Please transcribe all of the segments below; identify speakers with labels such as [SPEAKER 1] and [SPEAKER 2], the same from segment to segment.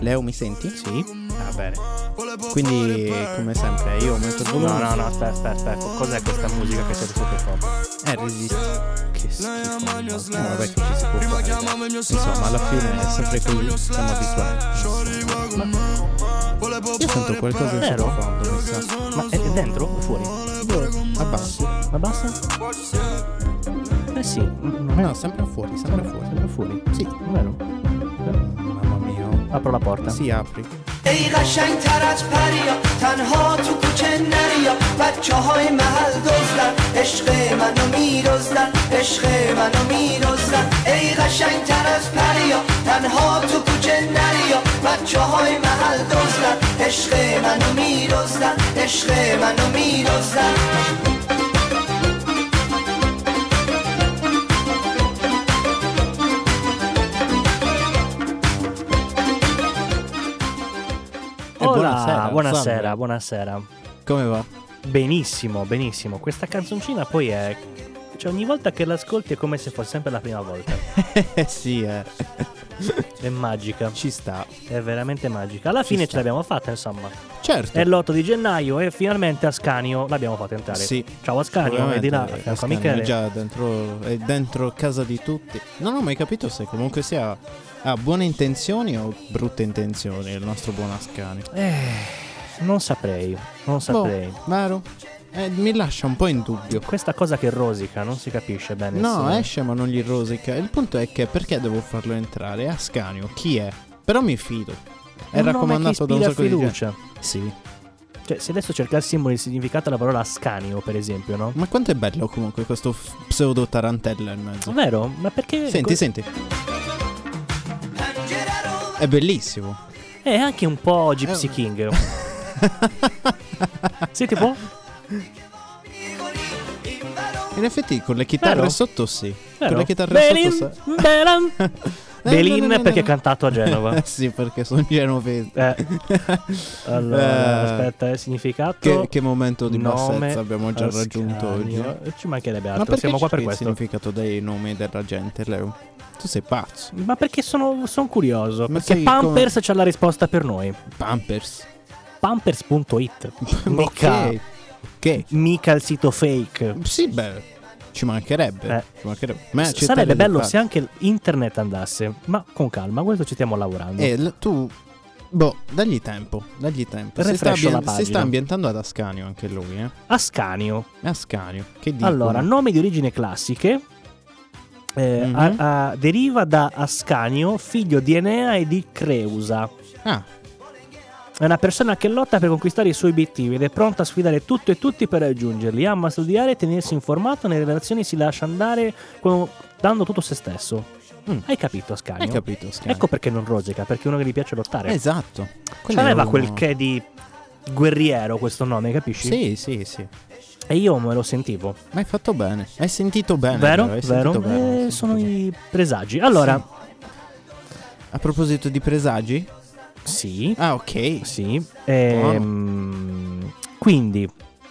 [SPEAKER 1] Leo, mi senti?
[SPEAKER 2] Sì.
[SPEAKER 1] Ah, bene. Quindi, come sempre, io metto il volume.
[SPEAKER 2] No, aspetta. Cos'è questa musica che siete sottofondo?
[SPEAKER 1] Resist.
[SPEAKER 2] Che schifo.
[SPEAKER 1] No, vabbè, che ci si può fare. Dai. Insomma, alla fine è sempre così, siamo abituati. Ma io sento qualcosa in
[SPEAKER 2] Vero?
[SPEAKER 1] sottofondo, mi sa.
[SPEAKER 2] Ma è dentro o fuori?
[SPEAKER 1] Abbasso.
[SPEAKER 2] Ma basta? Eh sì.
[SPEAKER 1] No, sempre fuori, sempre fuori.
[SPEAKER 2] Sempre fuori.
[SPEAKER 1] Sì.
[SPEAKER 2] Vero?
[SPEAKER 1] Mamma mia.
[SPEAKER 2] Apro la porta.
[SPEAKER 1] Sì, apri.
[SPEAKER 3] ای قشنگتر از پریا تنها تو کوچه نریا بچه های محل دزدن عشق منو میدزدن عشق منو میدزدن ای قشنگتر از پریا تنها تو کوچه نریا بچه های محل دزدن عشق منو میدزدن عشق منو میدزدن
[SPEAKER 2] Buonasera.
[SPEAKER 1] Come va?
[SPEAKER 2] Benissimo. Questa canzoncina poi è... Cioè ogni volta che l'ascolti è come se fosse sempre la prima volta.
[SPEAKER 1] Sì,
[SPEAKER 2] È magica.
[SPEAKER 1] ci sta.
[SPEAKER 2] È veramente magica. Alla fine ce l'abbiamo fatta, insomma.
[SPEAKER 1] Certo.
[SPEAKER 2] È l'8 di gennaio e finalmente Ascanio l'abbiamo fatta entrare.
[SPEAKER 1] Sì.
[SPEAKER 2] Ciao Ascanio, è di là, a fianco a
[SPEAKER 1] Ascanio
[SPEAKER 2] Michele.
[SPEAKER 1] è già dentro casa di tutti. Non ho mai capito se comunque sia ha buone intenzioni o brutte intenzioni il nostro buon Ascanio.
[SPEAKER 2] Non saprei.
[SPEAKER 1] Vero? Mi lascia un po' in dubbio.
[SPEAKER 2] Questa cosa che rosica non si capisce bene.
[SPEAKER 1] No,
[SPEAKER 2] se...
[SPEAKER 1] esce ma non gli rosica. Il punto è che perché devo farlo entrare? Ascanio, chi è? Però mi fido. È
[SPEAKER 2] un
[SPEAKER 1] raccomandato da un
[SPEAKER 2] nome che
[SPEAKER 1] sacco di
[SPEAKER 2] ispira
[SPEAKER 1] gente.
[SPEAKER 2] fiducia.
[SPEAKER 1] Sì.
[SPEAKER 2] Cioè, se adesso cercassimo il significato della parola Ascanio, per esempio, no?
[SPEAKER 1] Ma quanto è bello comunque questo pseudo tarantella in mezzo.
[SPEAKER 2] Vero? Ma perché...
[SPEAKER 1] Senti. È bellissimo.
[SPEAKER 2] È anche un po' Gypsy King. Sì, tipo?
[SPEAKER 1] In effetti con le chitarre
[SPEAKER 2] Vero?
[SPEAKER 1] sotto sì.
[SPEAKER 2] Vero?
[SPEAKER 1] Con le chitarre sotto
[SPEAKER 2] Belin perché ha cantato a Genova.
[SPEAKER 1] Sì, perché sono genovese.
[SPEAKER 2] Allora, aspetta, il significato.
[SPEAKER 1] Che momento di
[SPEAKER 2] nome
[SPEAKER 1] bassezza abbiamo già raggiunto oggi.
[SPEAKER 2] Ascanio. Ci mancherebbe
[SPEAKER 1] Ma
[SPEAKER 2] altro,
[SPEAKER 1] perché
[SPEAKER 2] siamo qua per
[SPEAKER 1] il
[SPEAKER 2] questo.
[SPEAKER 1] significato dei nomi della gente, Leo? Tu sei pazzo.
[SPEAKER 2] Ma perché sono curioso.
[SPEAKER 1] Ma
[SPEAKER 2] perché
[SPEAKER 1] sei
[SPEAKER 2] Pampers c'ha la risposta per noi.
[SPEAKER 1] Pampers.
[SPEAKER 2] Pampers.it. Mica mica il sito fake.
[SPEAKER 1] Sì, beh, ci mancherebbe. Ma
[SPEAKER 2] sarebbe bello se anche internet andasse. Ma con calma, questo ci stiamo lavorando.
[SPEAKER 1] Tu dagli tempo.
[SPEAKER 2] Refrescio la pagina.
[SPEAKER 1] Si sta ambientando ad Ascanio anche lui,
[SPEAKER 2] Ascanio.
[SPEAKER 1] Che dicono?
[SPEAKER 2] Allora, nomi di origine classiche. Deriva da Ascanio, figlio di Enea e di Creusa. È una persona che lotta per conquistare i suoi obiettivi ed è pronta a sfidare tutto e tutti per raggiungerli. Ama studiare e tenersi informato, nelle relazioni si lascia andare dando tutto se stesso. Hai capito, Ascanio?
[SPEAKER 1] Hai capito, Ascanio.
[SPEAKER 2] Ecco perché non rosica, perché è uno che gli piace lottare.
[SPEAKER 1] Esatto.
[SPEAKER 2] Aveva quel che di guerriero questo nome, capisci?
[SPEAKER 1] Sì.
[SPEAKER 2] E io me lo sentivo.
[SPEAKER 1] Ma hai fatto bene. Hai sentito bene.
[SPEAKER 2] Vero?
[SPEAKER 1] Hai sentito bene.
[SPEAKER 2] Sono i presagi. Allora,
[SPEAKER 1] sì. A proposito di presagi?
[SPEAKER 2] Sì.
[SPEAKER 1] Ah, ok.
[SPEAKER 2] Sì. Quindi,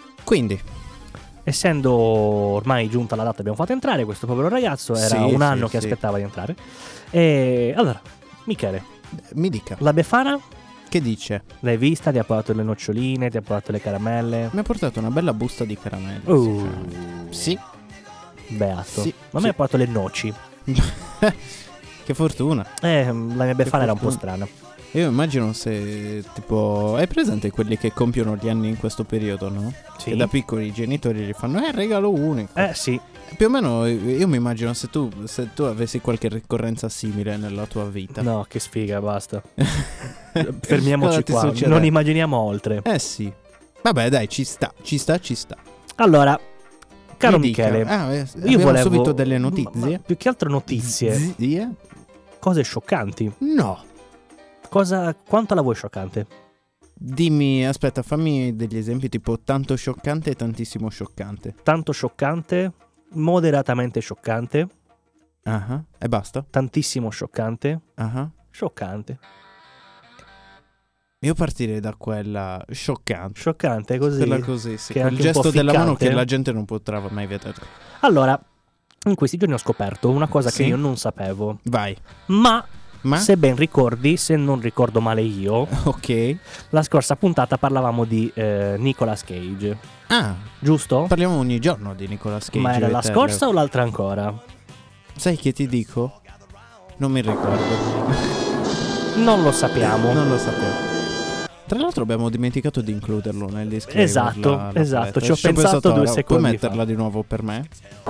[SPEAKER 2] essendo ormai giunta la data, abbiamo fatto entrare questo povero ragazzo. Era un anno che aspettava di entrare. E allora, Michele,
[SPEAKER 1] mi dica.
[SPEAKER 2] La Befana?
[SPEAKER 1] Che dice?
[SPEAKER 2] L'hai vista? Ti ha portato le noccioline? Ti ha portato le caramelle?
[SPEAKER 1] Mi ha portato una bella busta di caramelle. Sì.
[SPEAKER 2] Beato.
[SPEAKER 1] Sì,
[SPEAKER 2] Ma a me ha portato le noci.
[SPEAKER 1] Che fortuna.
[SPEAKER 2] La mia Befana era un po' strana.
[SPEAKER 1] Io immagino se tipo hai presente quelli che compiono gli anni in questo periodo, no?
[SPEAKER 2] Sì.
[SPEAKER 1] Che da piccoli i genitori gli fanno regalo unico.
[SPEAKER 2] Sì.
[SPEAKER 1] Più o meno io mi immagino se tu avessi qualche ricorrenza simile nella tua vita.
[SPEAKER 2] No, che sfiga, basta. Fermiamoci qua.
[SPEAKER 1] Succede?
[SPEAKER 2] Non immaginiamo oltre.
[SPEAKER 1] Sì. Vabbè, dai, ci sta.
[SPEAKER 2] Allora, caro
[SPEAKER 1] mi
[SPEAKER 2] Michele,
[SPEAKER 1] io volevo subito delle notizie.
[SPEAKER 2] Ma più che altro notizie. Cose scioccanti.
[SPEAKER 1] No.
[SPEAKER 2] Quanto la vuoi scioccante?
[SPEAKER 1] Dimmi, aspetta, fammi degli esempi tipo tanto scioccante e tantissimo scioccante.
[SPEAKER 2] Tanto scioccante, moderatamente scioccante.
[SPEAKER 1] E basta?
[SPEAKER 2] Tantissimo scioccante.
[SPEAKER 1] Scioccante. Io partirei da quella scioccante.
[SPEAKER 2] Scioccante, così.
[SPEAKER 1] Quella così, sì.
[SPEAKER 2] Che
[SPEAKER 1] Quel gesto della mano che la gente non potrà mai vedere.
[SPEAKER 2] Allora, in questi giorni ho scoperto una cosa che io non sapevo.
[SPEAKER 1] Vai.
[SPEAKER 2] Ma
[SPEAKER 1] Ma?
[SPEAKER 2] Se ben ricordi, se non ricordo male io,
[SPEAKER 1] Ok.
[SPEAKER 2] la scorsa puntata parlavamo di Nicolas Cage.
[SPEAKER 1] Ah,
[SPEAKER 2] Giusto?
[SPEAKER 1] parliamo ogni giorno di Nicolas Cage.
[SPEAKER 2] Ma era
[SPEAKER 1] io e
[SPEAKER 2] la
[SPEAKER 1] te,
[SPEAKER 2] scorsa
[SPEAKER 1] Leo.
[SPEAKER 2] o l'altra ancora?
[SPEAKER 1] Sai che ti dico? Non mi ricordo.
[SPEAKER 2] Non lo sappiamo.
[SPEAKER 1] Non lo sapevo. Tra l'altro abbiamo dimenticato di includerlo nel disclaimer.
[SPEAKER 2] Esatto, esatto,
[SPEAKER 1] paletta.
[SPEAKER 2] ci ho pensato 2
[SPEAKER 1] ora.
[SPEAKER 2] secondi
[SPEAKER 1] Puoi
[SPEAKER 2] fa.
[SPEAKER 1] metterla di nuovo per me?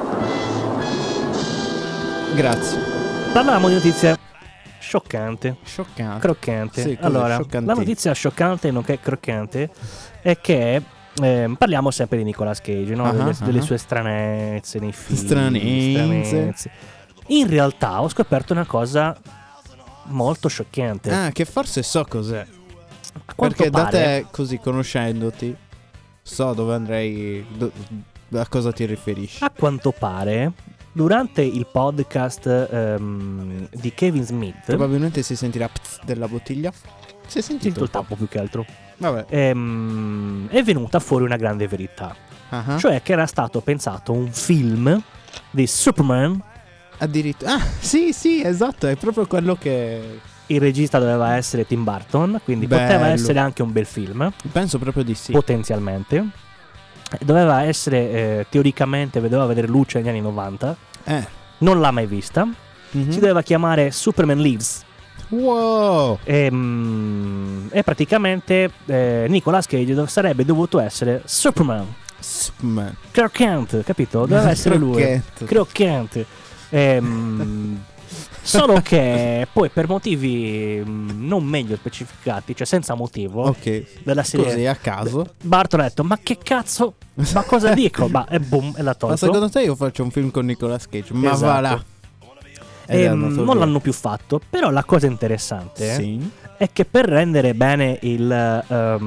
[SPEAKER 1] Grazie.
[SPEAKER 2] Parlavamo di notizie scioccante,
[SPEAKER 1] Scioccante.
[SPEAKER 2] croccante.
[SPEAKER 1] Sì, così,
[SPEAKER 2] Allora,
[SPEAKER 1] scioccante.
[SPEAKER 2] la notizia scioccante nonché croccante è che parliamo sempre di Nicolas Cage, no? Delle sue stranezze nei film.
[SPEAKER 1] Stranezze.
[SPEAKER 2] In realtà ho scoperto una cosa molto scioccante.
[SPEAKER 1] Ah, che forse so cos'è.
[SPEAKER 2] A quanto
[SPEAKER 1] Perché da
[SPEAKER 2] pare,
[SPEAKER 1] te, così conoscendoti, so dove andrei, a cosa ti riferisci.
[SPEAKER 2] a quanto pare, durante il podcast di Kevin Smith,
[SPEAKER 1] Probabilmente si sentirà pz della bottiglia. Si è sentito
[SPEAKER 2] il tappo più che altro,
[SPEAKER 1] Vabbè.
[SPEAKER 2] è venuta fuori una grande verità.
[SPEAKER 1] Ah,
[SPEAKER 2] Cioè che era stato pensato un film di Superman.
[SPEAKER 1] addirittura. Ah, sì, esatto, è proprio quello che...
[SPEAKER 2] Il regista doveva essere Tim Burton, quindi poteva
[SPEAKER 1] Bello.
[SPEAKER 2] essere anche un bel film,
[SPEAKER 1] Penso proprio di sì.
[SPEAKER 2] potenzialmente. Doveva essere, teoricamente, doveva vedere luce negli anni 90. Non l'ha mai vista.
[SPEAKER 1] Mhm.
[SPEAKER 2] Si doveva chiamare Superman Lives.
[SPEAKER 1] Wow.
[SPEAKER 2] E praticamente Nicolas Cage sarebbe dovuto essere Superman.
[SPEAKER 1] Superman.
[SPEAKER 2] Clark Kent, capito? Doveva essere lui.
[SPEAKER 1] Croccante.
[SPEAKER 2] Croccante. Solo che poi per motivi non meglio specificati, cioè senza motivo,
[SPEAKER 1] Ok.
[SPEAKER 2] della serie,
[SPEAKER 1] Così a caso.
[SPEAKER 2] Barton ha detto: ma che cazzo? Ma cosa dico? E boom, e l'ha tolto.
[SPEAKER 1] Ma secondo te io faccio un film con Nicolas Cage? Ma
[SPEAKER 2] Esatto.
[SPEAKER 1] va là. Ed è andato
[SPEAKER 2] non
[SPEAKER 1] via.
[SPEAKER 2] l'hanno più fatto. Però la cosa interessante
[SPEAKER 1] Sì.
[SPEAKER 2] è che per rendere bene la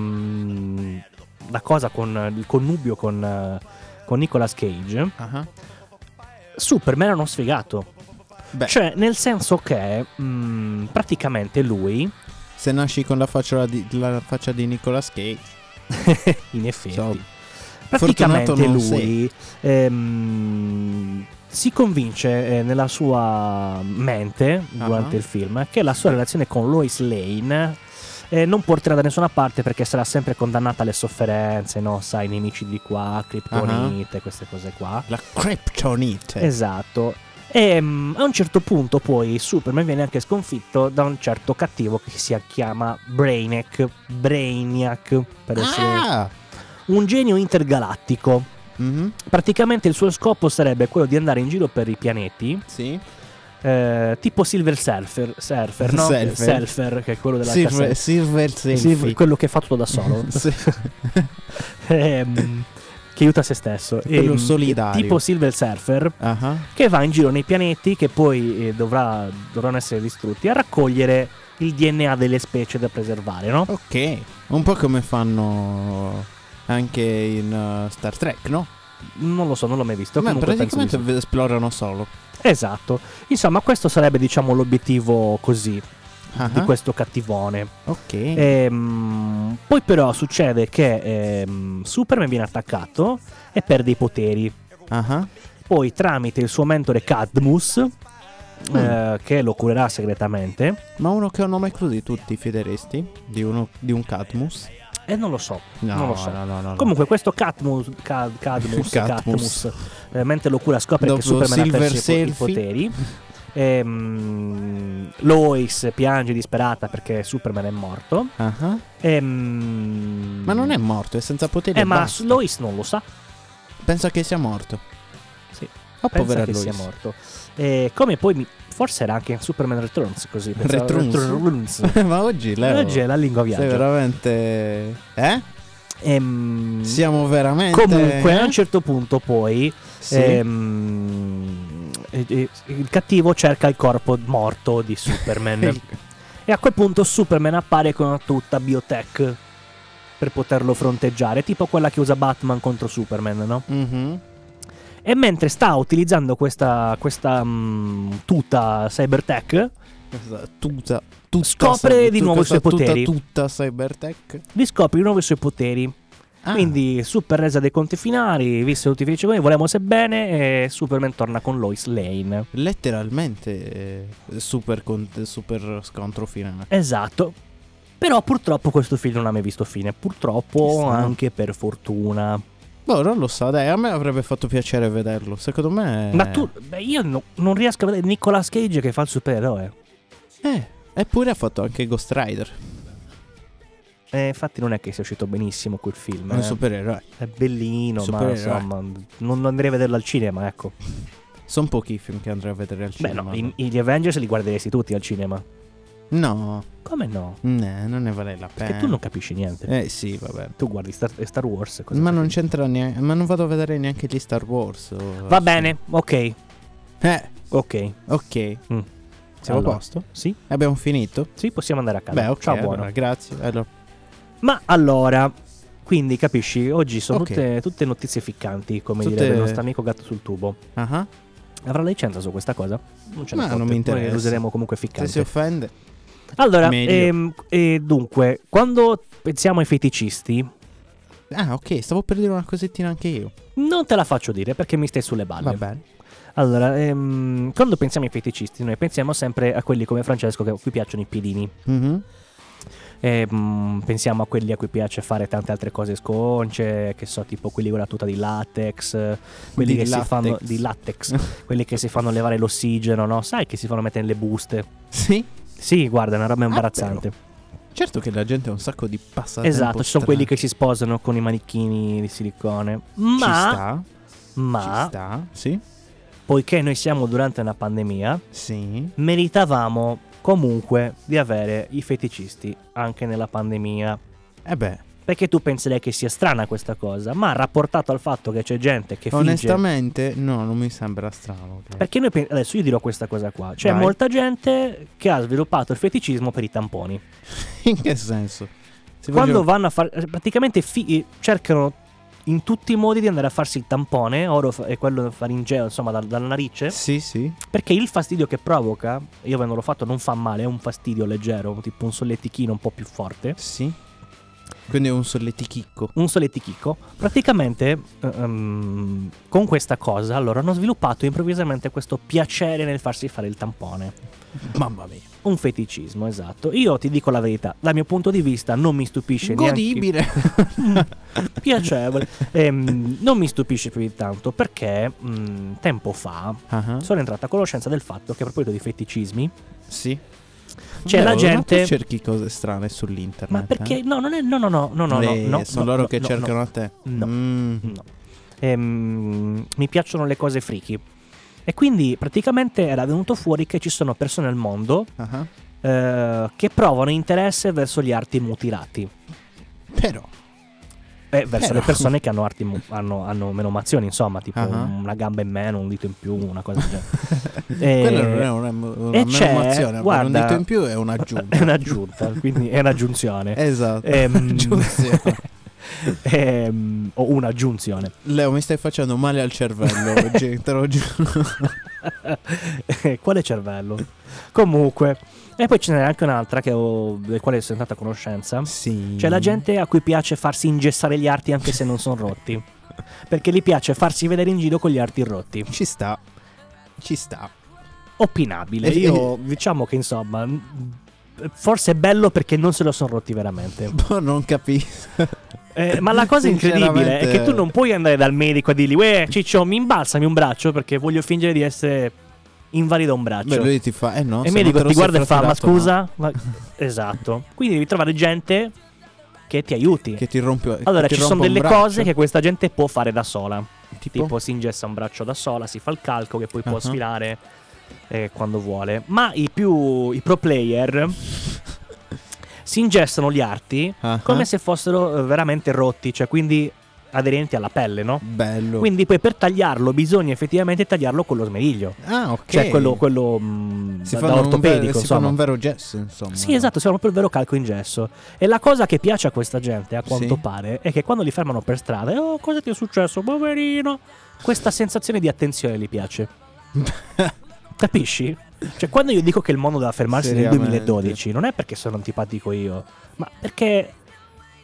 [SPEAKER 2] cosa con il connubio con Nicolas Cage,
[SPEAKER 1] Ah.
[SPEAKER 2] Superman era uno sfigato.
[SPEAKER 1] Beh,
[SPEAKER 2] Cioè, nel senso che praticamente lui,
[SPEAKER 1] se nasci con la faccia di Nicolas Cage,
[SPEAKER 2] in effetti,
[SPEAKER 1] so,
[SPEAKER 2] praticamente
[SPEAKER 1] fortunato non
[SPEAKER 2] lui si convince nella sua mente durante
[SPEAKER 1] Ah.
[SPEAKER 2] il film che la sua relazione con Lois Lane non porterà da nessuna parte, perché sarà sempre condannata alle sofferenze, no? Sai, nemici di qua, Kryptonite, queste cose qua.
[SPEAKER 1] la Kryptonite.
[SPEAKER 2] Esatto. E a un certo punto poi Superman viene anche sconfitto da un certo cattivo che si chiama Brainiac, per essere
[SPEAKER 1] Ah!
[SPEAKER 2] un genio intergalattico.
[SPEAKER 1] Mhm.
[SPEAKER 2] Praticamente il suo scopo sarebbe quello di andare in giro per i pianeti,
[SPEAKER 1] Sì.
[SPEAKER 2] tipo Silver Surfer, no?
[SPEAKER 1] Surfer.
[SPEAKER 2] Surfer, che è quello della
[SPEAKER 1] Silver
[SPEAKER 2] cassetta.
[SPEAKER 1] Selfie.
[SPEAKER 2] Silver, quello che fa tutto da solo.
[SPEAKER 1] Sì.
[SPEAKER 2] Che aiuta se stesso.
[SPEAKER 1] Quello solidario.
[SPEAKER 2] Tipo Silver Surfer,
[SPEAKER 1] Ah.
[SPEAKER 2] che va in giro nei pianeti che poi dovranno essere distrutti, a raccogliere il DNA delle specie da preservare, no?
[SPEAKER 1] Ok. Un po' come fanno anche in Star Trek, no?
[SPEAKER 2] Non lo so, non l'ho mai visto.
[SPEAKER 1] Ma
[SPEAKER 2] Comunque penso di
[SPEAKER 1] praticamente esplorano solo.
[SPEAKER 2] sì. Esatto. Insomma, questo sarebbe, diciamo, l'obiettivo così
[SPEAKER 1] Ah.
[SPEAKER 2] di questo cattivone.
[SPEAKER 1] Ok.
[SPEAKER 2] Poi però succede che Superman viene attaccato e perde i poteri.
[SPEAKER 1] Ah.
[SPEAKER 2] Poi tramite il suo mentore Cadmus, che lo curerà segretamente,
[SPEAKER 1] Ma uno che ha un nome così tu ti fideresti? Di un Cadmus?
[SPEAKER 2] e non lo so.
[SPEAKER 1] No,
[SPEAKER 2] non lo so.
[SPEAKER 1] no.
[SPEAKER 2] Comunque questo Cadmus, mentre lo cura, scopre
[SPEAKER 1] Dopo
[SPEAKER 2] che Superman ha
[SPEAKER 1] Silver
[SPEAKER 2] perso i
[SPEAKER 1] Selfie.
[SPEAKER 2] poteri. Lois piange disperata perché Superman è morto.
[SPEAKER 1] Ah. Ma non è morto, è senza poteri. e
[SPEAKER 2] ma
[SPEAKER 1] basta.
[SPEAKER 2] Lois non lo sa.
[SPEAKER 1] Pensa che sia morto.
[SPEAKER 2] Sì,
[SPEAKER 1] Oh,
[SPEAKER 2] pensa
[SPEAKER 1] povera
[SPEAKER 2] che
[SPEAKER 1] Lois.
[SPEAKER 2] sia morto. Come poi forse era anche in Superman Returns, così.
[SPEAKER 1] Returns. Ma oggi Leo,
[SPEAKER 2] Oggi è la lingua
[SPEAKER 1] sei
[SPEAKER 2] viaggia.
[SPEAKER 1] veramente...
[SPEAKER 2] Siamo
[SPEAKER 1] Siamo veramente...
[SPEAKER 2] comunque a un certo punto poi
[SPEAKER 1] Sì.
[SPEAKER 2] il cattivo cerca il corpo morto di Superman e a quel punto Superman appare con una tuta biotech per poterlo fronteggiare, tipo quella che usa Batman contro Superman, no?
[SPEAKER 1] Mhm.
[SPEAKER 2] E mentre sta utilizzando questa tuta cybertech,
[SPEAKER 1] Tutta
[SPEAKER 2] scopre di nuovo i suoi poteri.
[SPEAKER 1] Tutta Cybertech.
[SPEAKER 2] riscopre di nuovo i suoi poteri Quindi super resa dei conti finali, visto tutti felici con noi, volevamo sebbene, e Superman torna con Lois Lane.
[SPEAKER 1] Letteralmente super scontro finale.
[SPEAKER 2] Esatto. Però purtroppo questo film non ha mai visto fine. Purtroppo, anche per fortuna.
[SPEAKER 1] Boh, non lo so, dai, a me avrebbe fatto piacere vederlo. Secondo me.
[SPEAKER 2] Ma io non riesco a vedere Nicolas Cage che fa il supereroe.
[SPEAKER 1] Eppure ha fatto anche Ghost Rider.
[SPEAKER 2] Infatti non è che sia uscito benissimo quel film.
[SPEAKER 1] È un supereroe.
[SPEAKER 2] È bellino,
[SPEAKER 1] Supereroe.
[SPEAKER 2] ma insomma, non andrei a vederlo al cinema, ecco.
[SPEAKER 1] Sono pochi i film che andrei a vedere al cinema.
[SPEAKER 2] Beh, no, gli Avengers li guarderesti tutti al cinema.
[SPEAKER 1] No.
[SPEAKER 2] Come no?
[SPEAKER 1] Non ne vale la pena.
[SPEAKER 2] Perché tu non capisci niente.
[SPEAKER 1] Sì, vabbè.
[SPEAKER 2] Tu guardi Star Wars.
[SPEAKER 1] Ma non c'entra neanche. Ma non vado a vedere neanche gli Star Wars.
[SPEAKER 2] Va bene, ok. Ok.
[SPEAKER 1] Siamo
[SPEAKER 2] Allora,
[SPEAKER 1] a posto?
[SPEAKER 2] Sì.
[SPEAKER 1] Abbiamo finito?
[SPEAKER 2] Sì, possiamo andare a casa.
[SPEAKER 1] Beh, ok.
[SPEAKER 2] Ciao,
[SPEAKER 1] allora,
[SPEAKER 2] buono.
[SPEAKER 1] grazie. Allora.
[SPEAKER 2] Ma allora, quindi capisci, oggi sono
[SPEAKER 1] Ok.
[SPEAKER 2] tutte notizie ficcanti, come
[SPEAKER 1] Tutte-
[SPEAKER 2] direbbe il nostro amico gatto sul tubo.
[SPEAKER 1] Ah.
[SPEAKER 2] Avrà licenza su questa cosa? Non ce ne
[SPEAKER 1] Ma
[SPEAKER 2] fotte,
[SPEAKER 1] non mi interessa.
[SPEAKER 2] noi lo useremo comunque
[SPEAKER 1] Se si
[SPEAKER 2] ficcante.
[SPEAKER 1] offende.
[SPEAKER 2] Allora,
[SPEAKER 1] meglio.
[SPEAKER 2] dunque, quando pensiamo ai feticisti,
[SPEAKER 1] Ah, ok, stavo per dire una cosettina anche io.
[SPEAKER 2] non te la faccio dire perché mi stai sulle balle.
[SPEAKER 1] Va bene.
[SPEAKER 2] Allora, quando pensiamo ai feticisti, noi pensiamo sempre a quelli come Francesco a cui piacciono i piedini.
[SPEAKER 1] Mhm.
[SPEAKER 2] Pensiamo a quelli a cui piace fare tante altre cose sconce, che so, tipo quelli con la tuta di latex, quelli
[SPEAKER 1] Di
[SPEAKER 2] che si
[SPEAKER 1] latex.
[SPEAKER 2] fanno di latex, quelli che si fanno levare l'ossigeno, no? Sai che si fanno mettere nelle buste.
[SPEAKER 1] Sì.
[SPEAKER 2] Sì, guarda, è una roba imbarazzante.
[SPEAKER 1] Certo che la gente ha un sacco di passatempo.
[SPEAKER 2] Esatto, ci sono
[SPEAKER 1] strani.
[SPEAKER 2] quelli che si sposano con i manichini di silicone.
[SPEAKER 1] Ci sta.
[SPEAKER 2] Ma
[SPEAKER 1] Ci sta. Sì.
[SPEAKER 2] poiché noi siamo durante una pandemia,
[SPEAKER 1] Sì.
[SPEAKER 2] meritavamo comunque di avere i feticisti anche nella pandemia.
[SPEAKER 1] Beh.
[SPEAKER 2] Perché tu penserei che sia strana questa cosa, ma rapportato al fatto che c'è gente che finge...
[SPEAKER 1] Onestamente, no, non mi sembra strano.
[SPEAKER 2] Perché noi adesso io dirò questa cosa qua. C'è
[SPEAKER 1] Vai.
[SPEAKER 2] molta gente che ha sviluppato il feticismo per i tamponi.
[SPEAKER 1] In che senso?
[SPEAKER 2] Quando vanno a fare... praticamente cercano in tutti i modi di andare a farsi il tampone, oro è quello faringeo, insomma, dalla narice.
[SPEAKER 1] Sì, sì.
[SPEAKER 2] Perché il fastidio che provoca, io avendolo fatto non fa male, è un fastidio leggero, tipo un solletichino un po' più forte.
[SPEAKER 1] Sì. Quindi è un solletichicco.
[SPEAKER 2] Un solletichico. Praticamente con questa cosa allora hanno sviluppato improvvisamente questo piacere nel farsi fare il tampone.
[SPEAKER 1] Mamma mia.
[SPEAKER 2] Un feticismo, esatto. Io ti dico la verità, dal mio punto di vista non mi stupisce
[SPEAKER 1] Godibile.
[SPEAKER 2] piacevole. Non mi stupisce più di tanto perché tempo fa sono entrato a conoscenza del fatto che a proposito di feticismi
[SPEAKER 1] Sì.
[SPEAKER 2] c'è la gente...
[SPEAKER 1] Tu cerchi cose strane sull'internet.
[SPEAKER 2] Ma perché? No, non è... No.
[SPEAKER 1] Sono loro che cercano a te.
[SPEAKER 2] No. Mi piacciono le cose freaky. E quindi praticamente era venuto fuori che ci sono persone al mondo che provano interesse verso gli arti mutilati.
[SPEAKER 1] Però
[SPEAKER 2] Verso le persone che hanno arti hanno menomazioni, insomma, tipo una gamba in meno, un dito in più, una cosa del genere.
[SPEAKER 1] quella non è una menomazione,
[SPEAKER 2] guarda,
[SPEAKER 1] un dito in più è un'aggiunta.
[SPEAKER 2] È un'aggiunta, quindi è un'aggiunzione.
[SPEAKER 1] Esatto.
[SPEAKER 2] Aggiunzione. O un'aggiunzione.
[SPEAKER 1] Leo, mi stai facendo male al cervello oggi, te lo giuro.
[SPEAKER 2] Quale cervello? Comunque. E poi ce n'è anche un'altra del quale sono entrata a conoscenza.
[SPEAKER 1] Sì.
[SPEAKER 2] C'è la gente a cui piace farsi ingessare gli arti anche se non sono rotti. Perché gli piace farsi vedere in giro con gli arti rotti.
[SPEAKER 1] Ci sta.
[SPEAKER 2] Opinabile. Io diciamo che insomma forse è bello perché non se lo sono rotti veramente.
[SPEAKER 1] Non capisco.
[SPEAKER 2] Ma la cosa incredibile è che tu non puoi andare dal medico a dirgli: uè, Ciccio, mi imbalsami un braccio perché voglio fingere di essere invalido a un braccio.
[SPEAKER 1] Beh, lui ti fa no.
[SPEAKER 2] E il medico ti guarda e fa: ma scusa?
[SPEAKER 1] No.
[SPEAKER 2] Esatto. Quindi devi trovare gente che ti aiuti.
[SPEAKER 1] Che ti rompe.
[SPEAKER 2] Allora
[SPEAKER 1] che
[SPEAKER 2] ci
[SPEAKER 1] ti
[SPEAKER 2] sono
[SPEAKER 1] rompa un
[SPEAKER 2] delle
[SPEAKER 1] braccio.
[SPEAKER 2] cose che questa gente può fare da sola.
[SPEAKER 1] Tipo
[SPEAKER 2] si ingessa un braccio da sola, si fa il calco che poi può sfilare quando vuole. Ma i pro player si ingessano gli arti come se fossero veramente rotti, cioè quindi aderenti alla pelle, no?
[SPEAKER 1] Bello.
[SPEAKER 2] Quindi poi per tagliarlo bisogna effettivamente tagliarlo con lo smeriglio.
[SPEAKER 1] Ah, ok.
[SPEAKER 2] Cioè quello da ortopedico,
[SPEAKER 1] si fanno un vero gesso, insomma.
[SPEAKER 2] Sì, esatto, si fa proprio il vero calco in gesso. E la cosa che piace a questa gente, a quanto pare, è che quando li fermano per strada, oh, cosa ti è successo, poverino? Questa sensazione di attenzione gli piace. Capisci? Cioè, quando io dico che il mondo deve fermarsi nel 2012, non è perché sono antipatico io, ma perché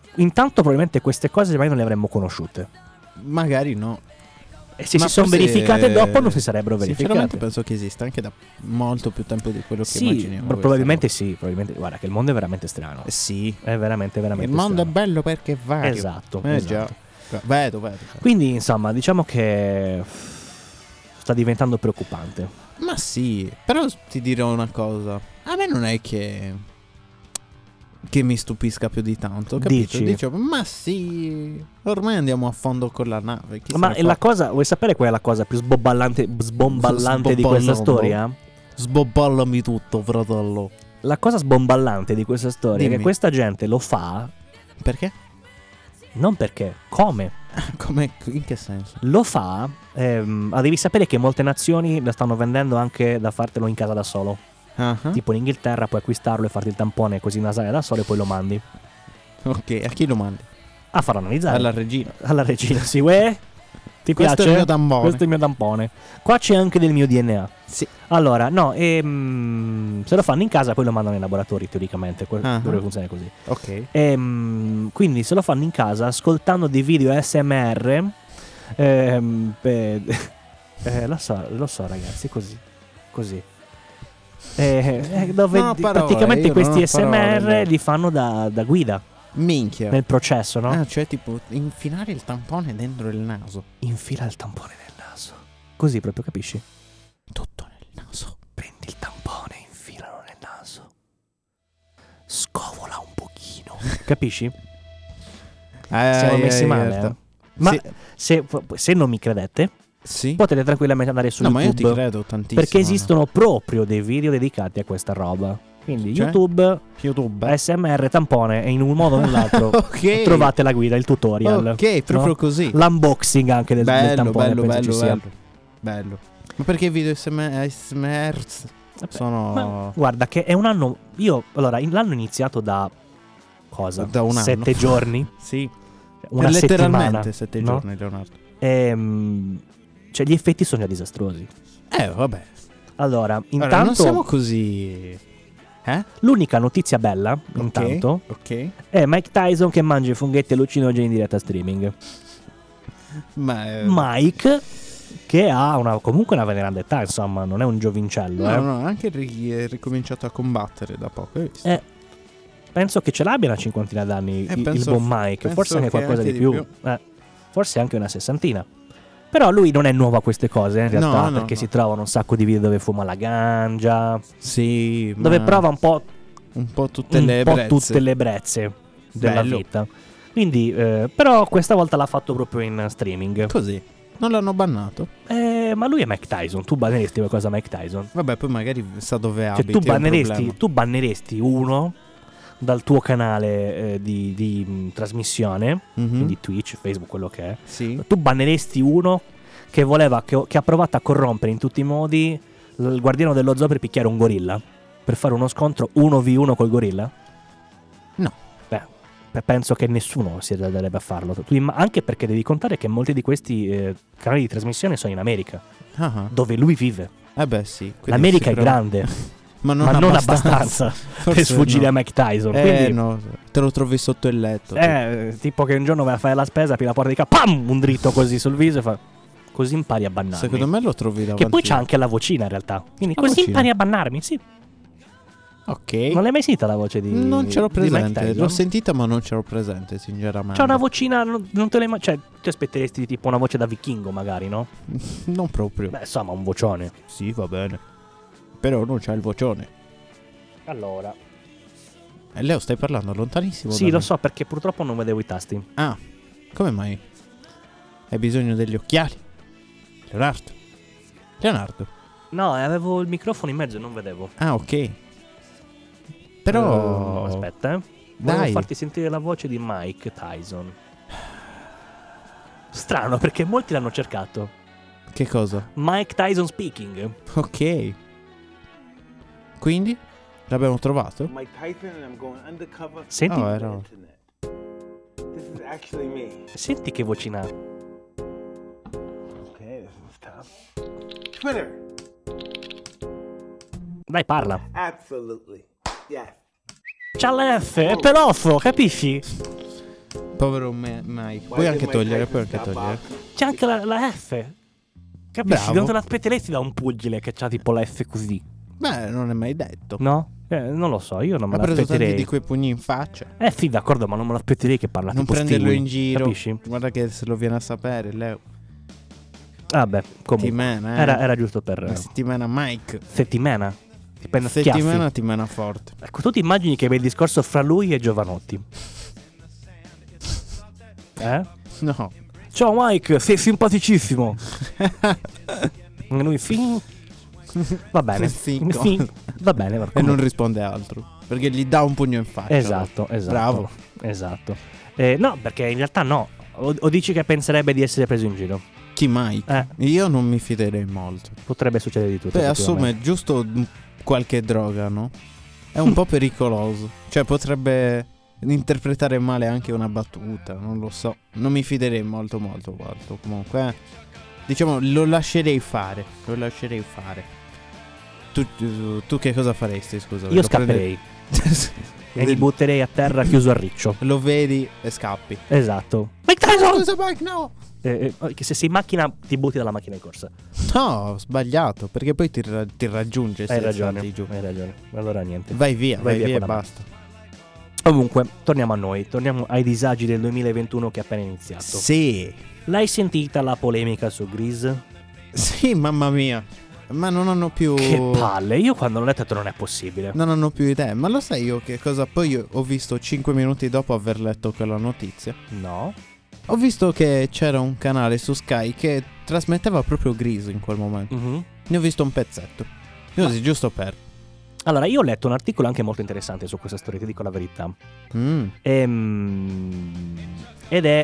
[SPEAKER 2] intanto probabilmente queste cose mai non le avremmo conosciute.
[SPEAKER 1] Magari no.
[SPEAKER 2] E se si sono verificate dopo non si sarebbero verificate.
[SPEAKER 1] Sinceramente penso che esista anche da molto più tempo di quello che immaginiamo.
[SPEAKER 2] Probabilmente sì, probabilmente. Guarda che il mondo è veramente strano.
[SPEAKER 1] Sì.
[SPEAKER 2] È veramente
[SPEAKER 1] il mondo
[SPEAKER 2] strano.
[SPEAKER 1] è bello perché è vario.
[SPEAKER 2] Esatto.
[SPEAKER 1] Già. Vedo.
[SPEAKER 2] Quindi insomma diciamo che sta diventando preoccupante.
[SPEAKER 1] Ma sì, però ti dirò una cosa. A me non è che mi stupisca più di tanto, capito? Dicevo, ma sì, ormai andiamo a fondo con la nave.
[SPEAKER 2] Ma la cosa, vuoi sapere qual è la cosa più sbomballante di questa storia?
[SPEAKER 1] Sbobballami tutto, fratello.
[SPEAKER 2] La cosa sbomballante di questa storia è che questa gente lo fa.
[SPEAKER 1] Perché?
[SPEAKER 2] Non perché, come?
[SPEAKER 1] Come? In che senso?
[SPEAKER 2] Lo fa, devi sapere che molte nazioni la stanno vendendo anche da fartelo in casa da solo. Tipo in Inghilterra puoi acquistarlo e farti il tampone così nasale da solo e poi lo mandi.
[SPEAKER 1] Ok, a chi lo mandi?
[SPEAKER 2] A farlo analizzare.
[SPEAKER 1] Alla regina.
[SPEAKER 2] Alla regina, sì, uè. Ti
[SPEAKER 1] Questo
[SPEAKER 2] piace?
[SPEAKER 1] È il mio tampone.
[SPEAKER 2] Questo è il mio tampone. Qua c'è anche del mio DNA.
[SPEAKER 1] Sì.
[SPEAKER 2] Allora, no, se lo fanno in casa poi lo mandano in laboratori teoricamente, dovrebbe funzionare così.
[SPEAKER 1] Ok.
[SPEAKER 2] Quindi se lo fanno in casa ascoltando dei video ASMR, lo so ragazzi, così. Dove praticamente questi ASMR li fanno da guida.
[SPEAKER 1] Minchia.
[SPEAKER 2] Nel processo, no?
[SPEAKER 1] Cioè tipo infilare il tampone dentro il naso.
[SPEAKER 2] Infila il tampone nel naso. Così proprio, capisci?
[SPEAKER 1] Tutto nel naso.
[SPEAKER 2] Prendi il tampone, infilalo nel naso. Scovola un pochino. Capisci? Siamo messi male. Ma
[SPEAKER 1] sì.
[SPEAKER 2] se non mi credete,
[SPEAKER 1] sì,
[SPEAKER 2] potete tranquillamente andare su YouTube.
[SPEAKER 1] Ma io ti credo tantissimo.
[SPEAKER 2] Perché esistono proprio dei video dedicati a questa roba. Quindi YouTube ASMR tampone e in un modo o nell'altro trovate la guida, il tutorial.
[SPEAKER 1] Ok, proprio così.
[SPEAKER 2] L'unboxing anche del tampone.
[SPEAKER 1] Bello. Ma perché video ASMR sono...
[SPEAKER 2] Ma guarda che è un anno... l'anno iniziato da... Cosa?
[SPEAKER 1] Da un anno.
[SPEAKER 2] 7 giorni?
[SPEAKER 1] Sì.
[SPEAKER 2] Una
[SPEAKER 1] letteralmente
[SPEAKER 2] settimana,
[SPEAKER 1] 7 giorni, Leonardo.
[SPEAKER 2] Cioè gli effetti sono già disastrosi.
[SPEAKER 1] Vabbè.
[SPEAKER 2] Allora, intanto
[SPEAKER 1] non siamo così...
[SPEAKER 2] L'unica notizia bella, intanto, è Mike Tyson che mangia i funghetti allucinogeni in diretta streaming. Mike, che ha comunque una veneranda età, insomma, non è un giovincello.
[SPEAKER 1] No, anche è ricominciato a combattere da poco.
[SPEAKER 2] Penso che ce l'abbia una cinquantina d'anni il buon Mike, forse anche qualcosa di più. Forse anche una sessantina. Però lui non è nuovo a queste cose in realtà, perché si trovano un sacco di video dove fuma la ganja.
[SPEAKER 1] Sì,
[SPEAKER 2] dove prova un po'
[SPEAKER 1] tutte le
[SPEAKER 2] ebbrezze della vita. Quindi, però questa volta l'ha fatto proprio in streaming.
[SPEAKER 1] Così. Non l'hanno bannato?
[SPEAKER 2] Ma lui è Mike Tyson. Tu banneresti qualcosa a Mike Tyson?
[SPEAKER 1] Vabbè, poi magari sa dove abiti.
[SPEAKER 2] Tu banneresti uno dal tuo canale di trasmissione, quindi Twitch, Facebook, quello che è.
[SPEAKER 1] Sì.
[SPEAKER 2] Tu banneresti uno che ha provato a corrompere in tutti i modi il guardiano dello zoo per picchiare un gorilla, per fare uno scontro 1v1 col gorilla?
[SPEAKER 1] No.
[SPEAKER 2] Penso che nessuno si darebbe a farlo. Anche perché devi contare che molti di questi canali di trasmissione sono in America, dove lui vive.
[SPEAKER 1] Sì.
[SPEAKER 2] L'America è grande. Ma non abbastanza per sfuggire a Mike Tyson. Quindi,
[SPEAKER 1] no, te lo trovi sotto il letto.
[SPEAKER 2] Tipo che un giorno vai a fare la spesa, apri la porta di casa, pam! Un dritto così sul viso e fa... Così impari a bannarmi.
[SPEAKER 1] Secondo me lo trovi davanti.
[SPEAKER 2] Che poi c'ha anche la vocina in realtà. Quindi così impari a bannarmi, sì.
[SPEAKER 1] Ok.
[SPEAKER 2] Non l'hai mai sentita la voce di...
[SPEAKER 1] Non c'ero presente. L'ho sentita ma non c'ero presente, sinceramente.
[SPEAKER 2] C'ha una vocina, non te l'hai mai... Cioè, ti aspetteresti tipo una voce da vichingo magari, no?
[SPEAKER 1] Non proprio.
[SPEAKER 2] Insomma, un vocione.
[SPEAKER 1] Sì, va bene. Però non c'è il vocione.
[SPEAKER 2] Allora.
[SPEAKER 1] Leo, stai parlando lontanissimo?
[SPEAKER 2] Sì, lo so, perché purtroppo non vedevo i tasti.
[SPEAKER 1] Ah, come mai? Hai bisogno degli occhiali? Leonardo?
[SPEAKER 2] No, avevo il microfono in mezzo e non vedevo.
[SPEAKER 1] Ah, ok. Però...
[SPEAKER 2] aspetta, Volevo farti sentire la voce di Mike Tyson. Strano, perché molti l'hanno cercato.
[SPEAKER 1] Che cosa?
[SPEAKER 2] Mike Tyson speaking.
[SPEAKER 1] Ok. Quindi? L'abbiamo trovato?
[SPEAKER 4] Mike Tyson and I'm going undercover.
[SPEAKER 2] Senti.
[SPEAKER 4] This is actually me.
[SPEAKER 2] Senti che vocina.
[SPEAKER 4] Okay, this is tough. Twitter.
[SPEAKER 2] Dai, parla.
[SPEAKER 4] Absolutely. Yes.
[SPEAKER 2] C'ha l'F, è peloffo, capisci?
[SPEAKER 1] Povero Mike. Puoi anche togliere.
[SPEAKER 2] C'è anche la F. Capisci? Non te l'aspetteresti da un pugile che c'ha tipo la F così.
[SPEAKER 1] Beh, non è mai detto.
[SPEAKER 2] No? Non lo so, io non me
[SPEAKER 1] l'aspetterei. Ha preso tanti di quei pugni in faccia.
[SPEAKER 2] Sì, d'accordo, ma non me l'aspetterei che parla
[SPEAKER 1] non
[SPEAKER 2] tipo
[SPEAKER 1] prenderlo in giro.
[SPEAKER 2] Capisci?
[SPEAKER 1] Guarda che se lo viene a sapere, Leo.
[SPEAKER 2] Vabbè, comunque.
[SPEAKER 1] Settimana,
[SPEAKER 2] era giusto per...
[SPEAKER 1] Una settimana, Mike.
[SPEAKER 2] Settimana?
[SPEAKER 1] Settimana ti mena forte.
[SPEAKER 2] Ecco, tu ti immagini che il discorso fra lui e Giovanotti?
[SPEAKER 1] No.
[SPEAKER 2] Ciao Mike, sei simpaticissimo. Lui va bene. Va bene.
[SPEAKER 1] E non risponde altro. Perché gli dà un pugno in faccia.
[SPEAKER 2] Esatto.
[SPEAKER 1] Bravo.
[SPEAKER 2] Esatto. No, perché in realtà no. O dici che penserebbe di essere preso in giro?
[SPEAKER 1] Chi mai? Io non mi fiderei molto.
[SPEAKER 2] Potrebbe succedere di tutto.
[SPEAKER 1] Beh, assume giusto qualche droga, no? È un po' pericoloso. Cioè potrebbe interpretare male anche una battuta. Non lo so. Non mi fiderei molto. Comunque diciamo lo lascerei fare. Tu che cosa faresti, scusa?
[SPEAKER 2] Io scapperei. E mi butterei a terra chiuso a riccio.
[SPEAKER 1] Lo vedi e scappi.
[SPEAKER 2] Esatto.
[SPEAKER 1] Mike Tyson! No!
[SPEAKER 2] Che se sei in macchina ti butti dalla macchina in corsa.
[SPEAKER 1] No, ho sbagliato. Perché poi ti raggiunge.
[SPEAKER 2] Hai ragione. Allora niente.
[SPEAKER 1] Vai via e basta.
[SPEAKER 2] Comunque, torniamo a noi. Torniamo ai disagi del 2021 che è appena iniziato.
[SPEAKER 1] Sì.
[SPEAKER 2] L'hai sentita la polemica su Grease?
[SPEAKER 1] Sì, mamma mia. Ma non hanno più...
[SPEAKER 2] Che palle, io quando l'ho letto non è possibile.
[SPEAKER 1] Non hanno più idee. Ma lo sai io che cosa? Poi io ho visto 5 minuti dopo aver letto quella notizia.
[SPEAKER 2] No.
[SPEAKER 1] Ho visto che c'era un canale su Sky che trasmetteva proprio Grease in quel momento. Ne ho visto un pezzetto. Così, giusto per...
[SPEAKER 2] Allora, io ho letto un articolo anche molto interessante su questa storia, ti dico la verità. Ed è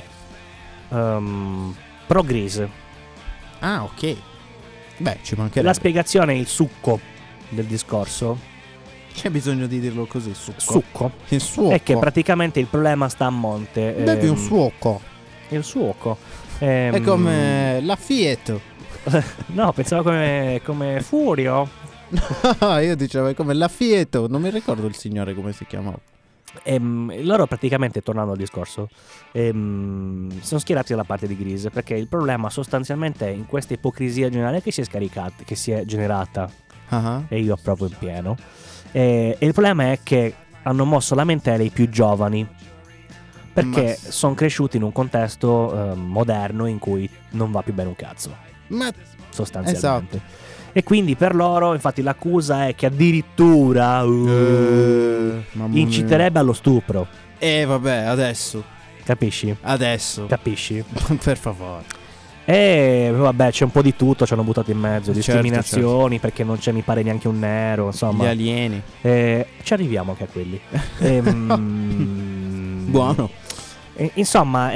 [SPEAKER 2] pro Grease.
[SPEAKER 1] Ah, ok. Beh, ci mancherebbe.
[SPEAKER 2] La spiegazione, il succo del discorso.
[SPEAKER 1] C'è bisogno di dirlo così, succo.
[SPEAKER 2] Il succo. È che praticamente il problema sta a monte.
[SPEAKER 1] Bevi un succo.
[SPEAKER 2] Il succo.
[SPEAKER 1] È come la Fiat.
[SPEAKER 2] No, pensavo come Furio.
[SPEAKER 1] No, io dicevo è come la Fiat. Non mi ricordo il signore come si chiamava.
[SPEAKER 2] Loro praticamente, tornando al discorso, sono schierati dalla parte di Grease, perché il problema sostanzialmente è in questa ipocrisia generale che si è generata, e io approvo in pieno, e il problema è che hanno mosso lamentele i più giovani, perché sono cresciuti in un contesto moderno in cui non va più bene un cazzo, sostanzialmente. Esatto. E quindi per loro, infatti, l'accusa è che addirittura inciterebbe allo stupro.
[SPEAKER 1] Vabbè, adesso.
[SPEAKER 2] Capisci?
[SPEAKER 1] Capisci? Per favore.
[SPEAKER 2] Vabbè, c'è un po' di tutto, ci hanno buttato in mezzo. Discriminazioni, certo. Perché non c'è, mi pare, neanche un nero, insomma.
[SPEAKER 1] Gli alieni.
[SPEAKER 2] Ci arriviamo anche a quelli.
[SPEAKER 1] Buono.
[SPEAKER 2] Insomma,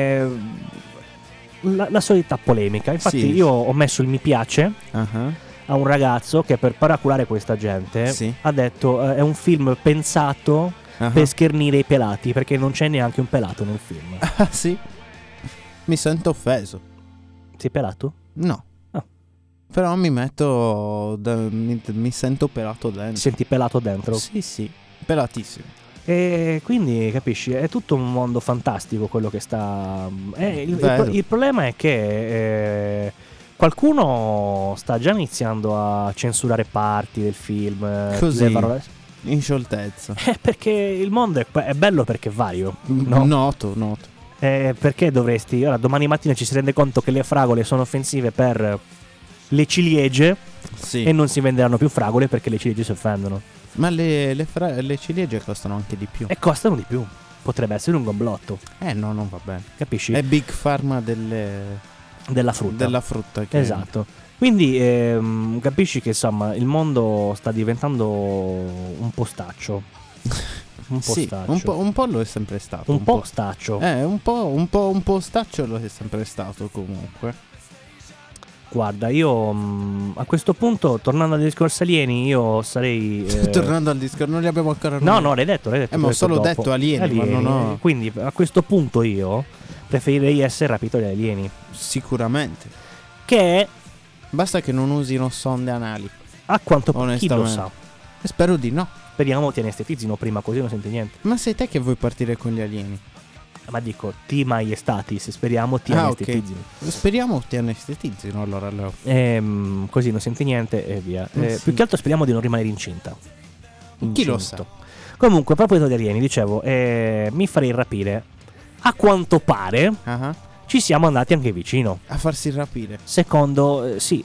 [SPEAKER 2] la solita polemica. Infatti io ho messo il mi piace a un ragazzo che per paraculare questa gente ha detto è un film pensato per schernire i pelati, perché non c'è neanche un pelato nel film.
[SPEAKER 1] Ah sì? Mi sento offeso.
[SPEAKER 2] Sei pelato?
[SPEAKER 1] No. Però mi metto mi sento pelato dentro.
[SPEAKER 2] Senti pelato dentro?
[SPEAKER 1] Sì, pelatissimo.
[SPEAKER 2] E quindi capisci, è tutto un mondo fantastico quello che sta... il problema è che qualcuno sta già iniziando a censurare parti del film.
[SPEAKER 1] Così, in scioltezza.
[SPEAKER 2] Perché il mondo è bello perché è vario, no?
[SPEAKER 1] Noto.
[SPEAKER 2] Perché dovresti... Ora, domani mattina ci si rende conto che le fragole sono offensive per le ciliegie, e non si venderanno più fragole perché le ciliegie si offendono. Ma
[SPEAKER 1] le ciliegie costano anche di più.
[SPEAKER 2] E costano di più. Potrebbe essere un complotto.
[SPEAKER 1] No, non va bene.
[SPEAKER 2] Capisci?
[SPEAKER 1] È Big Pharma della frutta che...
[SPEAKER 2] Esatto. Quindi capisci che insomma il mondo sta diventando un postaccio. Un po' staccio.
[SPEAKER 1] Un po' lo è sempre stato.
[SPEAKER 2] Un po' staccio.
[SPEAKER 1] Un po' staccio lo è sempre stato comunque.
[SPEAKER 2] Guarda, io a questo punto, tornando al discorso alieni, io sarei...
[SPEAKER 1] Tornando al discorso, non li abbiamo ancora...
[SPEAKER 2] No, l'hai detto.
[SPEAKER 1] Ma ho solo detto alieni, ma non ho...
[SPEAKER 2] Quindi a questo punto io preferirei essere rapito dagli alieni.
[SPEAKER 1] Sicuramente.
[SPEAKER 2] Che...
[SPEAKER 1] Basta che non usino sonde anali.
[SPEAKER 2] A quanto chi lo sa?
[SPEAKER 1] Spero di no.
[SPEAKER 2] Speriamo ti anestetizzino prima, così non senti niente.
[SPEAKER 1] Ma sei te che vuoi partire con gli alieni?
[SPEAKER 2] Ma dico, ti maiestatis, speriamo ti anestetizzino.
[SPEAKER 1] Okay. Speriamo ti anestetizzino allora.
[SPEAKER 2] Così non senti niente e via.
[SPEAKER 1] Sì.
[SPEAKER 2] Più che altro speriamo di non rimanere incinta.
[SPEAKER 1] Chi lo sa?
[SPEAKER 2] Comunque, proprio di alieni, dicevo, mi farei rapire. A quanto pare ci siamo andati anche vicino.
[SPEAKER 1] A farsi rapire.
[SPEAKER 2] Secondo, sì.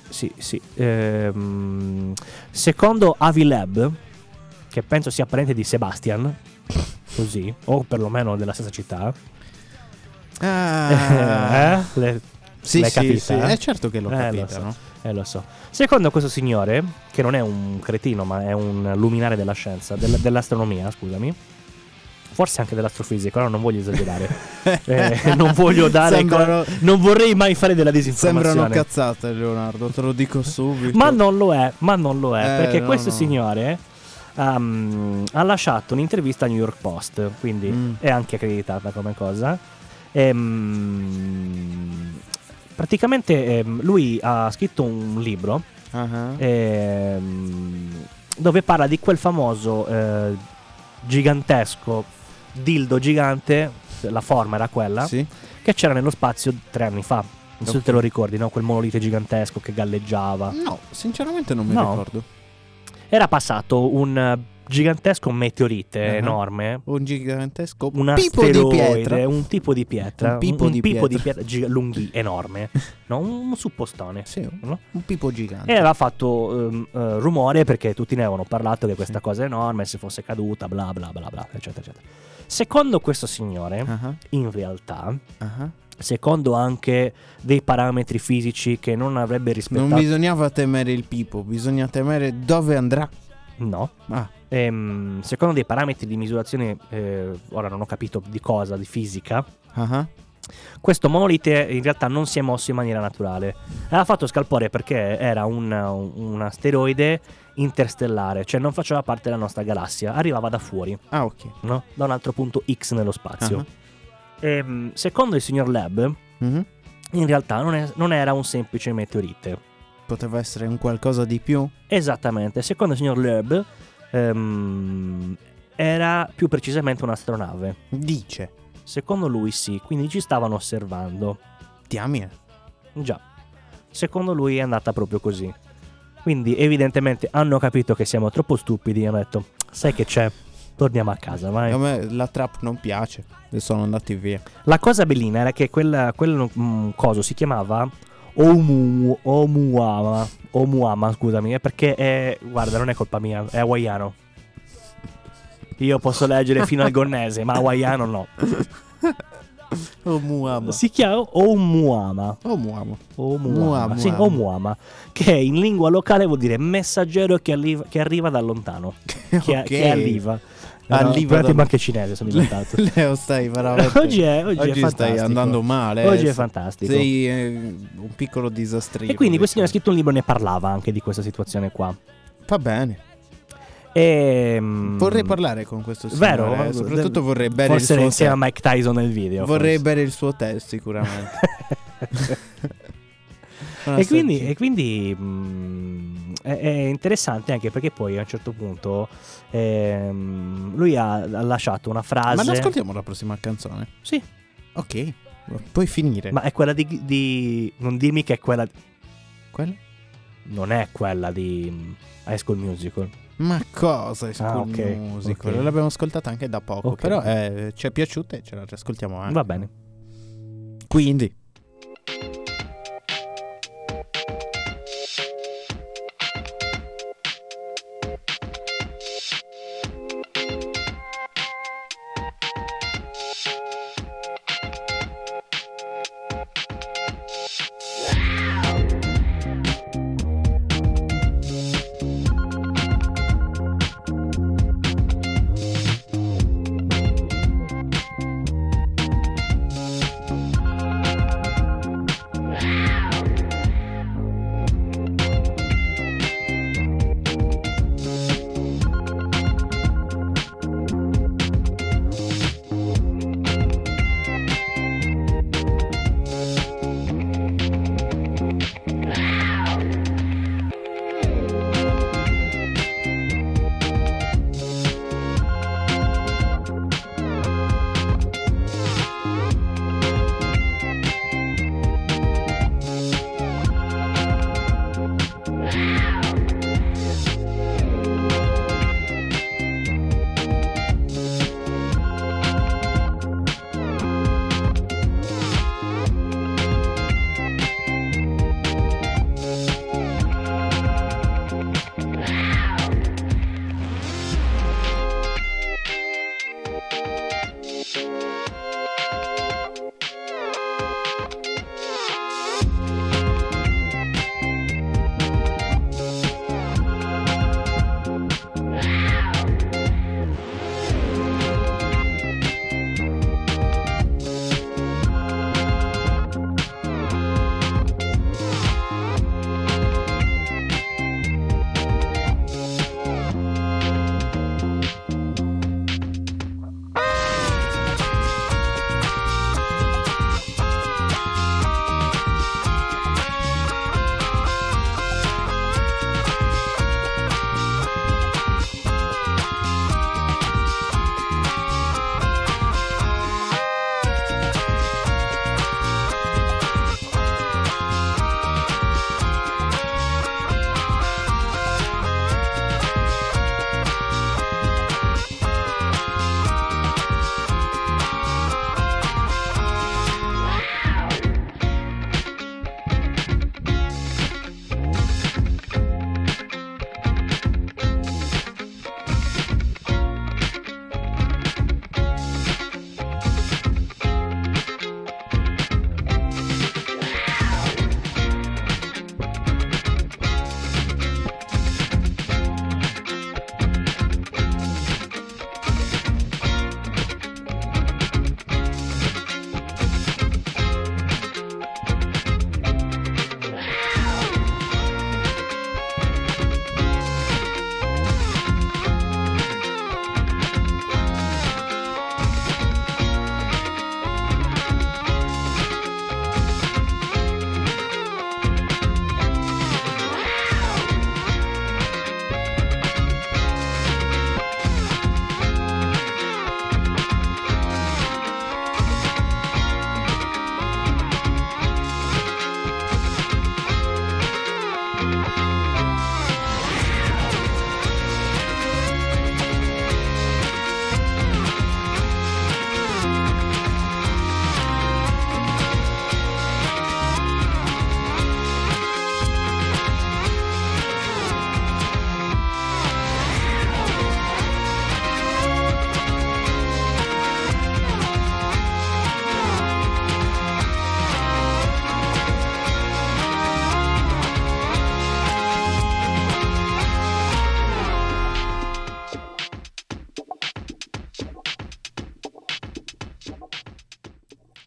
[SPEAKER 2] Secondo Avilab, che penso sia parente di Sebastian, così, o perlomeno della stessa città.
[SPEAKER 1] Sì,
[SPEAKER 2] l'hai capita?
[SPEAKER 1] Sì. È certo che l'ho capita,
[SPEAKER 2] lo so,
[SPEAKER 1] no?
[SPEAKER 2] Lo so. Secondo questo signore, che non è un cretino, ma è un luminare della scienza, dell'astronomia, scusami, forse anche dell'astrofisica, no, non voglio esagerare. Non voglio dare non vorrei mai fare della disinformazione.
[SPEAKER 1] Sembrano cazzate, Leonardo, te lo dico subito.
[SPEAKER 2] Ma non lo è, perché questo signore ha lasciato un'intervista al New York Post, quindi è anche accreditata come cosa. Praticamente lui ha scritto un libro dove parla di quel famoso gigantesco dildo gigante, la forma era quella,
[SPEAKER 1] sì,
[SPEAKER 2] che c'era nello spazio 3 anni fa. Non so se te lo ricordi, no? Quel monolite gigantesco che galleggiava.
[SPEAKER 1] No, sinceramente non mi ricordo.
[SPEAKER 2] Era passato un gigantesco meteorite enorme,
[SPEAKER 1] un gigantesco
[SPEAKER 2] un
[SPEAKER 1] pipo di pietra,
[SPEAKER 2] un tipo di pietra,
[SPEAKER 1] un pipo di pietra
[SPEAKER 2] lunghi, enorme, no? Un suppostone,
[SPEAKER 1] sì,
[SPEAKER 2] no?
[SPEAKER 1] Un pipo gigante.
[SPEAKER 2] E aveva fatto rumore perché tutti ne avevano parlato che questa cosa enorme, se fosse caduta, bla bla bla bla, eccetera eccetera. Secondo questo signore, in realtà, secondo anche dei parametri fisici che non avrebbe rispettato,
[SPEAKER 1] non bisognava temere il pipo, bisogna temere dove andrà.
[SPEAKER 2] No. Secondo dei parametri di misurazione, ora non ho capito di cosa, di fisica, questo monolite in realtà non si è mosso in maniera naturale. Aveva fatto scalpore perché era un asteroide interstellare, cioè non faceva parte della nostra galassia, arrivava da fuori, no? Da un altro punto X nello spazio. Secondo il signor Lab, in realtà non era un semplice meteorite.
[SPEAKER 1] Poteva essere un qualcosa di più?
[SPEAKER 2] Esattamente, secondo il signor Loeb era più precisamente un'astronave.
[SPEAKER 1] Dice.
[SPEAKER 2] Secondo lui sì, quindi ci stavano osservando.
[SPEAKER 1] Diamine.
[SPEAKER 2] Già, secondo lui è andata proprio così. Quindi evidentemente hanno capito che siamo troppo stupidi e hanno detto, sai che c'è? Torniamo a casa, vai.
[SPEAKER 1] A me la trap non piace e sono andati via.
[SPEAKER 2] La cosa bellina era che quel coso si chiamava Oumuamua, scusami, perché è, guarda, non è colpa mia, è hawaiano. Io posso leggere fino al gonnese, ma hawaiano no.
[SPEAKER 1] Oumuamua.
[SPEAKER 2] Si chiama Oumuamua. Sì, Oumuamua, che in lingua locale vuol dire messaggero che arriva da lontano. Che arriva. Ma anche cinese sono diventato.
[SPEAKER 1] Leo, stai veramente
[SPEAKER 2] oggi è fantastico.
[SPEAKER 1] Stai andando male.
[SPEAKER 2] Oggi è fantastico.
[SPEAKER 1] Sei un piccolo disastrino.
[SPEAKER 2] E quindi questo signore ha scritto un libro e ne parlava anche di questa situazione qua.
[SPEAKER 1] Va bene. Vorrei parlare con questo signore.
[SPEAKER 2] Vero?
[SPEAKER 1] Soprattutto vorrei bere il
[SPEAKER 2] suo
[SPEAKER 1] suo
[SPEAKER 2] insieme a Mike Tyson nel video.
[SPEAKER 1] Vorrei bere il suo tè sicuramente.
[SPEAKER 2] E quindi è interessante anche perché poi a un certo punto lui ha lasciato una frase.
[SPEAKER 1] Ma ascoltiamo la prossima canzone?
[SPEAKER 2] Sì.
[SPEAKER 1] Ok, puoi finire.
[SPEAKER 2] Ma è quella di non dirmi che è quella.
[SPEAKER 1] Quella?
[SPEAKER 2] Non è quella di High School Musical.
[SPEAKER 1] Ma cosa High School Musical?
[SPEAKER 2] Okay.
[SPEAKER 1] L'abbiamo ascoltata anche da poco, però ci è piaciuta e ce la riascoltiamo anche.
[SPEAKER 2] Va bene.
[SPEAKER 1] Quindi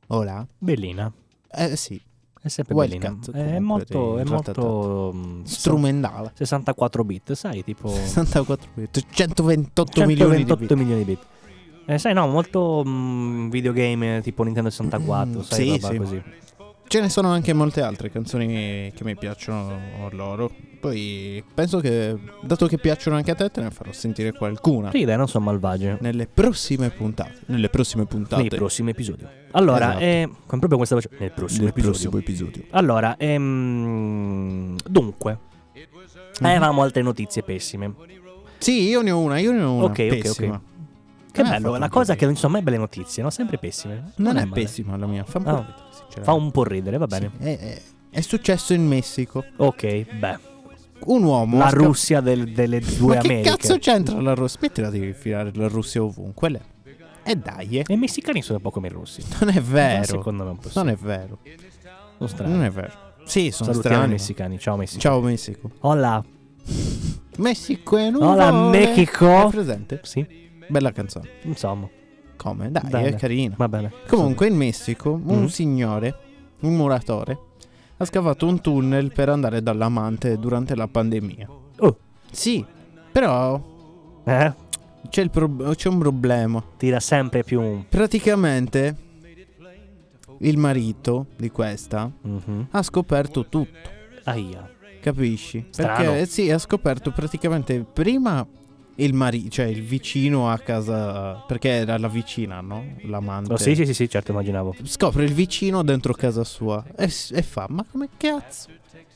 [SPEAKER 1] Hola.
[SPEAKER 2] Bellina.
[SPEAKER 1] Sì.
[SPEAKER 2] È sempre
[SPEAKER 1] Wild
[SPEAKER 2] bellina.
[SPEAKER 1] Cat,
[SPEAKER 2] È molto
[SPEAKER 1] strumentale.
[SPEAKER 2] 64 bit, sai, tipo
[SPEAKER 1] 64 bit, 128 milioni di bit.
[SPEAKER 2] Sai, no, molto videogame tipo Nintendo 64, sai,
[SPEAKER 1] sì,
[SPEAKER 2] roba
[SPEAKER 1] sì.
[SPEAKER 2] così.
[SPEAKER 1] Ce ne sono anche molte altre canzoni che mi piacciono loro. Poi penso che, dato che piacciono anche a te ne farò sentire qualcuna.
[SPEAKER 2] Sì, dai, non sono malvagie.
[SPEAKER 1] Nelle prossime puntate.
[SPEAKER 2] Nei prossimi episodi. Allora,
[SPEAKER 1] Esatto.
[SPEAKER 2] con proprio questa voce. Nel prossimo
[SPEAKER 1] episodio.
[SPEAKER 2] Allora, dunque, avevamo altre notizie pessime.
[SPEAKER 1] Sì, io ne ho una
[SPEAKER 2] Ok.
[SPEAKER 1] pessima.
[SPEAKER 2] Che bello, la cosa è che non ci sono mai belle notizie, no? Sempre pessime.
[SPEAKER 1] Non è
[SPEAKER 2] male.
[SPEAKER 1] pessima la mia, fa un po' ridere, sinceramente.
[SPEAKER 2] Fa un po' ridere, va bene.
[SPEAKER 1] Sì, è successo in Messico.
[SPEAKER 2] Ok, beh.
[SPEAKER 1] Un uomo
[SPEAKER 2] La Russia delle due
[SPEAKER 1] Ma
[SPEAKER 2] Americhe.
[SPEAKER 1] che cazzo c'entra la Russia? Smettila di infilare la Russia ovunque. E dai.
[SPEAKER 2] E i messicani sono un po' come i russi.
[SPEAKER 1] Non è vero.
[SPEAKER 2] Secondo me è un po' sì.
[SPEAKER 1] Non è vero.
[SPEAKER 2] Sono strani.
[SPEAKER 1] Non è vero. Sì, sono
[SPEAKER 2] Salutiamo
[SPEAKER 1] strani.
[SPEAKER 2] i messicani. Ciao Messico.
[SPEAKER 1] Ciao Messico.
[SPEAKER 2] Hola.
[SPEAKER 1] Messico è
[SPEAKER 2] Hola Mexico.
[SPEAKER 1] È presente?
[SPEAKER 2] Sì,
[SPEAKER 1] Bella canzone.
[SPEAKER 2] insomma.
[SPEAKER 1] Come? Dai,
[SPEAKER 2] Dai.
[SPEAKER 1] è carina.
[SPEAKER 2] Va bene.
[SPEAKER 1] Comunque in Messico un signore, un muratore, ha scavato un tunnel per andare dall'amante durante la pandemia.
[SPEAKER 2] Oh.
[SPEAKER 1] Sì, però c'è un problema.
[SPEAKER 2] Tira sempre più.
[SPEAKER 1] Praticamente il marito di questa ha scoperto tutto.
[SPEAKER 2] Aia.
[SPEAKER 1] Capisci?
[SPEAKER 2] Strano.
[SPEAKER 1] Perché sì, ha scoperto praticamente prima il marito, cioè il vicino a casa, perché era la vicina, no? L'amante.
[SPEAKER 2] Oh, sì, certo, immaginavo.
[SPEAKER 1] Scopre il vicino dentro casa sua e fa: ma come cazzo?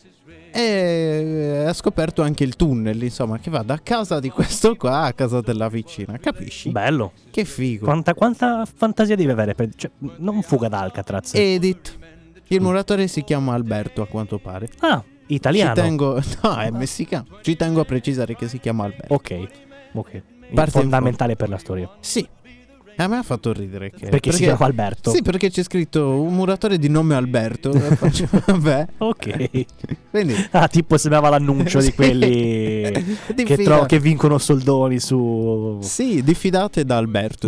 [SPEAKER 1] E ha scoperto anche il tunnel, insomma, che va da casa di questo qua a casa della vicina, capisci?
[SPEAKER 2] Bello.
[SPEAKER 1] Che figo.
[SPEAKER 2] Quanta fantasia devi avere per, cioè, non fuga da Alcatraz.
[SPEAKER 1] Edit. Il muratore si chiama Alberto, a quanto pare.
[SPEAKER 2] Ah, italiano.
[SPEAKER 1] No, è messicano. Ci tengo a precisare che si chiama Alberto.
[SPEAKER 2] Ok.
[SPEAKER 1] Parte
[SPEAKER 2] fondamentale per la storia.
[SPEAKER 1] Sì. A me ha fatto ridere
[SPEAKER 2] perché si chiama Alberto.
[SPEAKER 1] Sì, perché c'è scritto un muratore di nome Alberto. Vabbè.
[SPEAKER 2] Ok.
[SPEAKER 1] Quindi
[SPEAKER 2] tipo sembrava l'annuncio di quelli che vincono soldoni su.
[SPEAKER 1] Sì, diffidate da Alberto.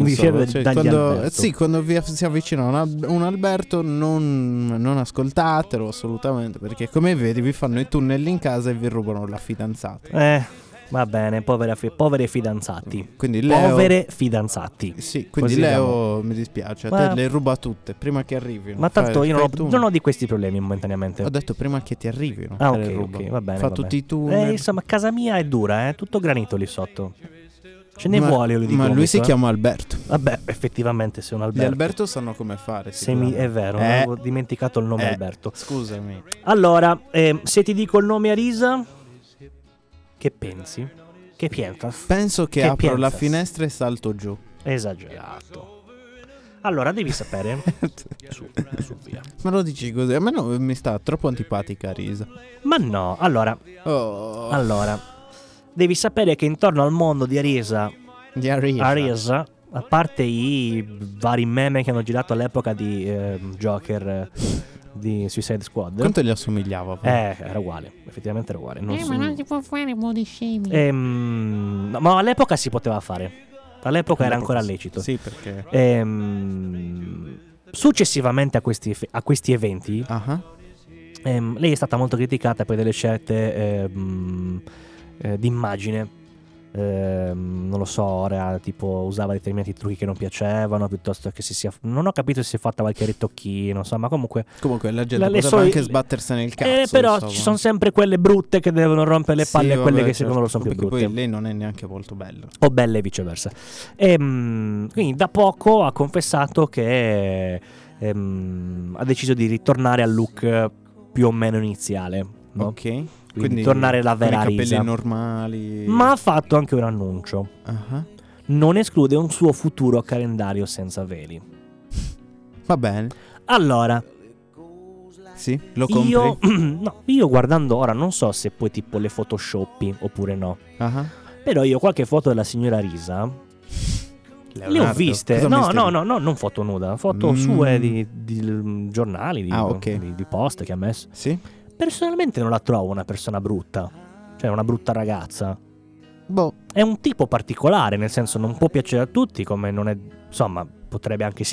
[SPEAKER 1] Quando si avvicina un Alberto non ascoltatelo assolutamente, perché come vedi vi fanno i tunnel in casa e vi rubano la fidanzata.
[SPEAKER 2] Va bene, povere fidanzati.
[SPEAKER 1] Quindi Leo,
[SPEAKER 2] povere fidanzati.
[SPEAKER 1] Sì, quindi
[SPEAKER 2] così
[SPEAKER 1] Leo mi dispiace, a te le ruba tutte prima che arrivino.
[SPEAKER 2] Ma tanto io non ho di questi problemi momentaneamente.
[SPEAKER 1] Ho detto prima che ti arrivino.
[SPEAKER 2] Ok, va bene.
[SPEAKER 1] Tutti i tunnel.
[SPEAKER 2] Insomma, casa mia è dura, tutto granito lì sotto. Ce ne vuole di
[SPEAKER 1] ma lui si chiama Alberto.
[SPEAKER 2] Vabbè, effettivamente se un Alberto.
[SPEAKER 1] Gli Alberto sanno come fare.
[SPEAKER 2] È vero, non avevo dimenticato il nome Alberto.
[SPEAKER 1] Scusami.
[SPEAKER 2] Allora, se ti dico il nome a risa, che pensi? Che piensas?
[SPEAKER 1] Penso che apro la finestra e salto giù.
[SPEAKER 2] Esagerato. Allora, devi sapere. su, via.
[SPEAKER 1] Me lo dici così? A me mi sta troppo antipatica Risa.
[SPEAKER 2] Ma no, allora. Devi sapere che intorno al mondo di Arisa, a parte i vari meme che hanno girato all'epoca di Joker di Suicide Squad.
[SPEAKER 1] Quanto gli assomigliava?
[SPEAKER 2] Era uguale, effettivamente era uguale.
[SPEAKER 5] Ma non si può fare body shaming.
[SPEAKER 2] Ma all'epoca si poteva fare. All'epoca era ancora lecito.
[SPEAKER 1] Sì, perché
[SPEAKER 2] successivamente a questi eventi lei è stata molto criticata per delle scelte d'immagine. Non lo so, ora tipo usava determinati trucchi che non piacevano, piuttosto che non ho capito se si è fatta qualche ritocchino, insomma, comunque
[SPEAKER 1] la gente poteva anche sbattersene il cazzo,
[SPEAKER 2] però
[SPEAKER 1] insomma.
[SPEAKER 2] ci sono sempre quelle brutte che devono rompere le palle a quelle che secondo loro sono più brutte.
[SPEAKER 1] Poi lei non è neanche molto bella,
[SPEAKER 2] o belle e viceversa. Quindi da poco ha confessato che ha deciso di ritornare al look più o meno iniziale, no?
[SPEAKER 1] Ok.
[SPEAKER 2] Quindi tornare la vera
[SPEAKER 1] capelli
[SPEAKER 2] Risa
[SPEAKER 1] normali.
[SPEAKER 2] Ma ha fatto anche un annuncio. Non esclude un suo futuro calendario senza veli.
[SPEAKER 1] Va bene.
[SPEAKER 2] Allora,
[SPEAKER 1] sì, lo compri?
[SPEAKER 2] Io guardando ora non so se poi tipo le photoshoppi oppure no. Però io qualche foto della signora Risa le ho viste. No, non foto nuda, foto sue di giornali, di post che ha messo.
[SPEAKER 1] Sì.
[SPEAKER 2] Personalmente non la trovo una persona brutta, cioè una brutta ragazza.
[SPEAKER 1] È
[SPEAKER 2] un tipo particolare, nel senso non può piacere a tutti, come non è, insomma, potrebbe anche sì.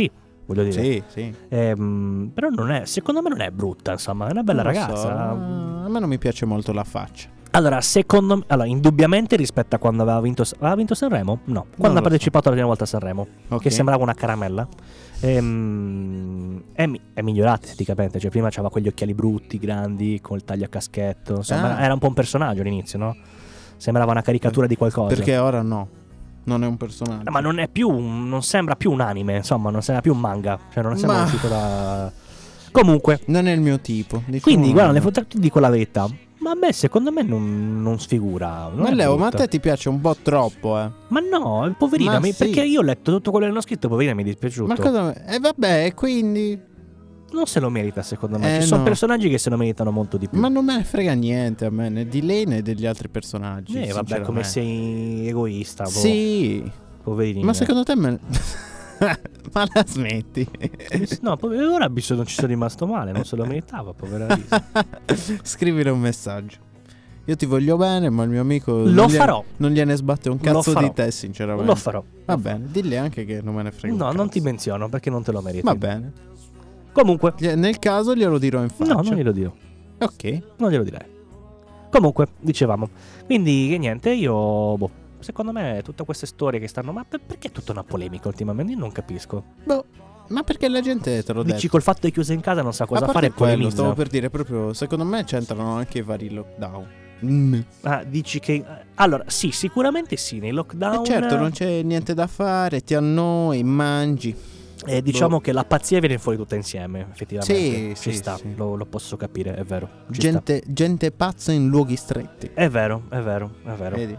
[SPEAKER 2] voglio dire.
[SPEAKER 1] Sì.
[SPEAKER 2] Però non è, secondo me non è brutta, insomma, è una bella ragazza.
[SPEAKER 1] So. A me non mi piace molto la faccia.
[SPEAKER 2] Allora, secondo me, indubbiamente rispetto a quando aveva vinto Sanremo? No, quando ha partecipato la prima volta a Sanremo, che sembrava una caramella. È migliorata esteticamente, cioè prima aveva quegli occhiali brutti, grandi, con il taglio a caschetto, insomma, era un po' un personaggio all'inizio, no? Sembrava una caricatura di qualcosa.
[SPEAKER 1] Perché ora no, non è un personaggio.
[SPEAKER 2] Ma non è più, non sembra più un anime, insomma, non sembra più un manga, cioè non sembra uscito da... Comunque
[SPEAKER 1] non è il mio tipo, diciamo.
[SPEAKER 2] Quindi guarda, le foto, ti dico la verità, ma a me secondo me non sfigura.
[SPEAKER 1] Ma Leo, ma a te ti piace un po' troppo,
[SPEAKER 2] Ma no, poverina,
[SPEAKER 1] sì.
[SPEAKER 2] perché io ho letto tutto quello che hanno scritto, poverina, mi è dispiaciuto.
[SPEAKER 1] Ma cosa? Vabbè, quindi
[SPEAKER 2] non se lo merita, secondo me. Ci sono personaggi che se lo meritano molto di più.
[SPEAKER 1] Ma non me ne frega niente a me, né di lei né degli altri personaggi.
[SPEAKER 2] Vabbè, come sei egoista.
[SPEAKER 1] Sì.
[SPEAKER 2] Poverina.
[SPEAKER 1] Ma secondo te ma la smetti?
[SPEAKER 2] No, ora Abisso non ci sono rimasto male, non se lo meritava, povera Lisa.
[SPEAKER 1] Scrivile un messaggio. Io ti voglio bene, ma il mio amico
[SPEAKER 2] farò.
[SPEAKER 1] Non gliene sbatte un cazzo di te, sinceramente.
[SPEAKER 2] Lo farò.
[SPEAKER 1] Va bene, dilli anche che non me ne frega.
[SPEAKER 2] No, non ti menziono perché non te lo meriti.
[SPEAKER 1] Va bene.
[SPEAKER 2] Comunque,
[SPEAKER 1] nel caso glielo dirò in faccia.
[SPEAKER 2] No, non glielo dirò.
[SPEAKER 1] Ok.
[SPEAKER 2] Non glielo direi. Comunque, dicevamo. Quindi, che niente, io... secondo me tutte queste storie che stanno... Ma perché è tutta una polemica ultimamente? Io non capisco.
[SPEAKER 1] Ma perché la gente te lo dice?
[SPEAKER 2] Dici col fatto che chiusa in casa non sa cosa fare e polemizza.
[SPEAKER 1] Stavo per dire proprio, secondo me c'entrano anche i vari lockdown.
[SPEAKER 2] Dici che... Allora, sì, sicuramente sì, nei lockdown...
[SPEAKER 1] certo, non c'è niente da fare, ti annoi, mangi.
[SPEAKER 2] Diciamo che la pazzia viene fuori tutta insieme, effettivamente.
[SPEAKER 1] Sì,
[SPEAKER 2] ci sta,
[SPEAKER 1] sì.
[SPEAKER 2] Lo posso capire, è vero.
[SPEAKER 1] Gente pazza in luoghi stretti.
[SPEAKER 2] È vero.
[SPEAKER 1] Vedi.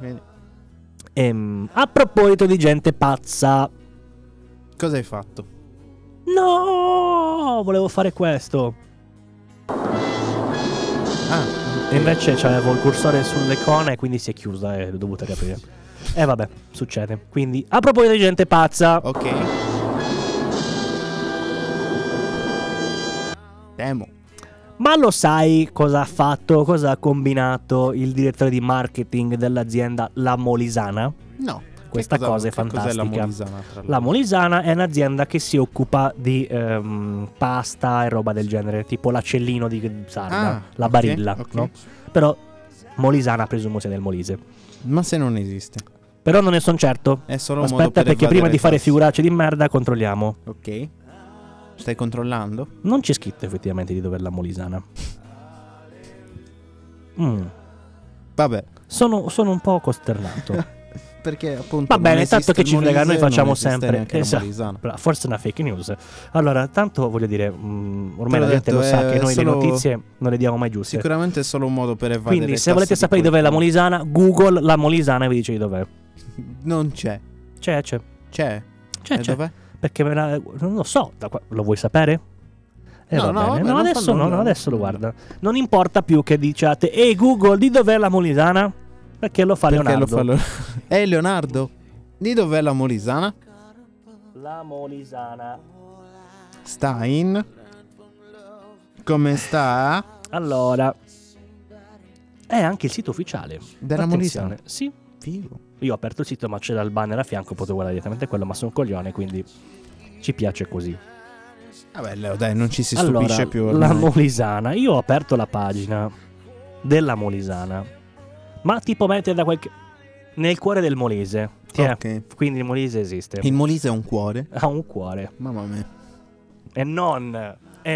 [SPEAKER 2] A proposito di gente pazza,
[SPEAKER 1] cosa hai fatto?
[SPEAKER 2] No, volevo fare questo. E invece c'avevo il cursore sull'icona e quindi si è chiusa e l'ho dovuta capire. Vabbè, succede. Quindi, a proposito di gente pazza.
[SPEAKER 1] Ok. Temo.
[SPEAKER 2] Ma lo sai cosa ha fatto, cosa ha combinato il direttore di marketing dell'azienda La Molisana?
[SPEAKER 1] No.
[SPEAKER 2] Questa cosa è fantastica.
[SPEAKER 1] Cos'è La Molisana?
[SPEAKER 2] La Molisana è un'azienda che si occupa di pasta e roba del genere, tipo l'acellino di sarda, la Barilla,
[SPEAKER 1] okay.
[SPEAKER 2] No? Però Molisana presumo sia del Molise.
[SPEAKER 1] Ma se non esiste?
[SPEAKER 2] Però non ne sono certo.
[SPEAKER 1] È solo
[SPEAKER 2] Aspetta,
[SPEAKER 1] un modo per
[SPEAKER 2] perché prima di fare
[SPEAKER 1] tasse.
[SPEAKER 2] figuracce di merda controlliamo.
[SPEAKER 1] Ok. Stai controllando?
[SPEAKER 2] Non c'è scritto effettivamente di dove è La Molisana.
[SPEAKER 1] Vabbè.
[SPEAKER 2] Sono un po' costernato.
[SPEAKER 1] Perché appunto
[SPEAKER 2] va bene, tanto che ci frega, noi facciamo sempre forse è una fake news. Allora, tanto voglio dire, ormai la gente lo sa che noi le notizie non le diamo mai giuste.
[SPEAKER 1] Sicuramente è solo un modo per evadere.
[SPEAKER 2] Quindi se volete sapere dov'è La Molisana, Google La Molisana e vi dice di dov'è.
[SPEAKER 1] Non c'è.
[SPEAKER 2] C'è.
[SPEAKER 1] Dov'è?
[SPEAKER 2] Perché non lo so, lo vuoi sapere?
[SPEAKER 1] No,
[SPEAKER 2] adesso lo guarda. Non importa più che diciate ehi Google, di dov'è La Molisana? Perché lo fa Leonardo.
[SPEAKER 1] Leonardo, di dov'è La Molisana?
[SPEAKER 2] La Molisana
[SPEAKER 1] sta in... Come sta?
[SPEAKER 2] Allora, è anche il sito ufficiale
[SPEAKER 1] della Molisana.
[SPEAKER 2] Sì.
[SPEAKER 1] Figo.
[SPEAKER 2] Io ho aperto il sito ma c'era il banner a fianco, potevo guardare direttamente quello, ma sono un coglione, quindi ci piace così.
[SPEAKER 1] Vabbè Leo, dai, non ci si stupisce più ormai.
[SPEAKER 2] La Molisana, io ho aperto la pagina della Molisana, ma tipo mette da qualche... nel cuore del Molise.
[SPEAKER 1] Ok.
[SPEAKER 2] Quindi il Molise esiste.
[SPEAKER 1] Il Molise ha un cuore?
[SPEAKER 2] Ha un cuore.
[SPEAKER 1] Mamma mia.
[SPEAKER 2] E non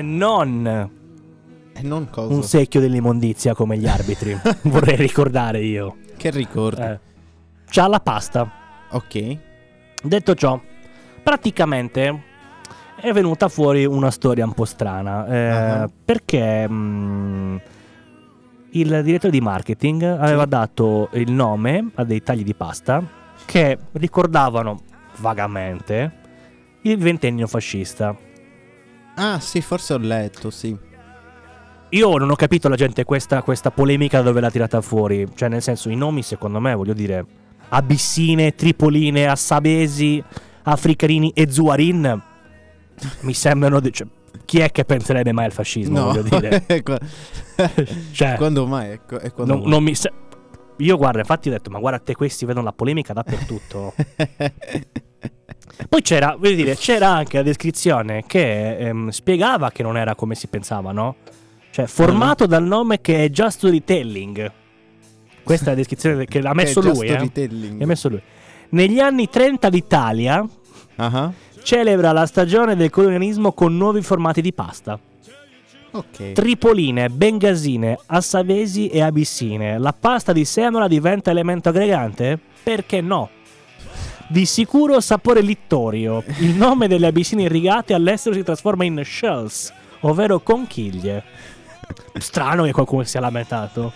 [SPEAKER 1] cosa?
[SPEAKER 2] un secchio dell'immondizia come gli arbitri. Vorrei ricordare io.
[SPEAKER 1] Che ricordi?
[SPEAKER 2] C'ha la pasta.
[SPEAKER 1] Ok.
[SPEAKER 2] Detto ciò, praticamente è venuta fuori una storia un po' strana. Perché il direttore di marketing aveva dato il nome a dei tagli di pasta che ricordavano vagamente il ventennio fascista.
[SPEAKER 1] Ah sì, forse ho letto, sì.
[SPEAKER 2] Io non ho capito la gente questa polemica dove l'ha tirata fuori. Cioè nel senso, i nomi secondo me, voglio dire, Abissine, Tripoline, Assabesi, Africarini e Zuarin mi sembrano... cioè, chi è che penserebbe mai al fascismo, voglio dire? Cioè,
[SPEAKER 1] quando mai?
[SPEAKER 2] Non mi io guarda, infatti ho detto, ma guarda te, questi vedono la polemica dappertutto. Poi c'era, voglio dire, c'era anche la descrizione che spiegava che non era come si pensava, no? Cioè, formato dal nome che è Just Storytelling. Questa è la descrizione che l'ha messo lui,
[SPEAKER 1] Storytelling.
[SPEAKER 2] Ha messo lui. Negli anni 30 l'Italia celebra la stagione del colonialismo con nuovi formati di pasta.
[SPEAKER 1] Ok.
[SPEAKER 2] Tripoline, bengasine, assavesi e abissine. La pasta di semola diventa elemento aggregante? Perché no? Di sicuro sapore littorio. Il nome delle abissine irrigate all'estero si trasforma in shells, ovvero conchiglie. Strano che qualcuno sia lamentato.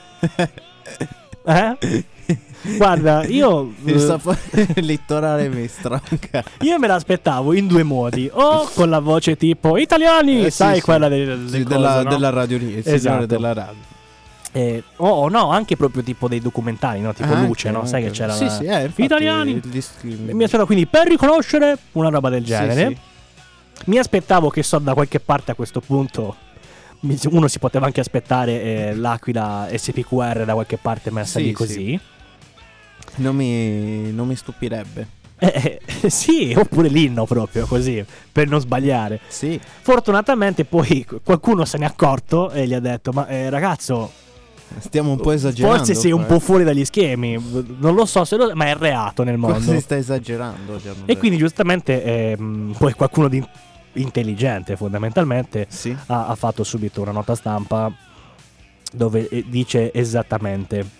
[SPEAKER 2] Guarda, io
[SPEAKER 1] il sapore littorale mi stranca.
[SPEAKER 2] Io me l'aspettavo in due modi. O con la voce tipo italiani, sai, sì, quella
[SPEAKER 1] della radio lì, il signore della radio.
[SPEAKER 2] O no, anche proprio tipo dei documentari, no? Tipo Luce, no? Sai che c'era
[SPEAKER 1] infatti,
[SPEAKER 2] italiani. Mi aspettavo quindi per riconoscere una roba del genere. Mi aspettavo che da qualche parte a questo punto uno si poteva anche aspettare l'Aquila SPQR da qualche parte messa lì così.
[SPEAKER 1] Non mi stupirebbe.
[SPEAKER 2] Sì, oppure l'inno proprio così, per non sbagliare.
[SPEAKER 1] Sì.
[SPEAKER 2] Fortunatamente poi qualcuno se n'è accorto e gli ha detto: ma ragazzo,
[SPEAKER 1] stiamo un po' esagerando.
[SPEAKER 2] Forse sei un po' fuori dagli schemi. Non lo so se ma è reato nel mondo.
[SPEAKER 1] Forse stai esagerando.
[SPEAKER 2] E quindi giustamente poi qualcuno di intelligente fondamentalmente ha fatto subito una nota stampa dove dice esattamente